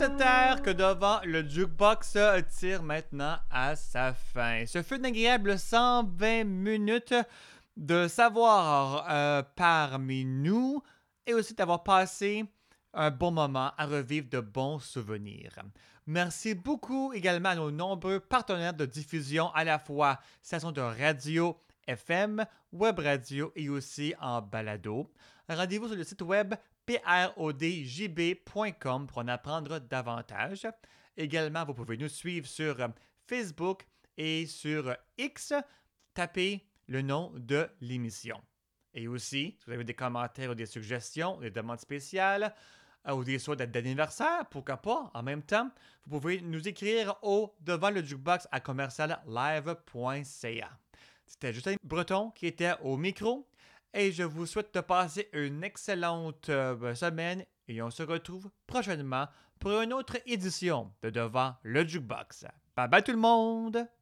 cette ère que devant le jukebox tire maintenant à sa fin. Ce fut une agréable cent vingt minutes de savoir euh, parmi nous et aussi d'avoir passé un bon moment à revivre de bons souvenirs. Merci beaucoup également à nos nombreux partenaires de diffusion, à la fois stations de radio F M, web radio et aussi en balado. Rendez-vous sur le site web prodjb point com pour en apprendre davantage. Également, vous pouvez nous suivre sur Facebook et sur X. Tapez le nom de l'émission. Et aussi, si vous avez des commentaires ou des suggestions, des demandes spéciales, ou des souhaits d'anniversaire, pourquoi pas, en même temps, vous pouvez nous écrire au devant le jukebox à commercial live point c a. C'était Justin Breton qui était au micro et je vous souhaite de passer une excellente euh, semaine et on se retrouve prochainement pour une autre édition de Devant le Jukebox. Bye bye tout le monde!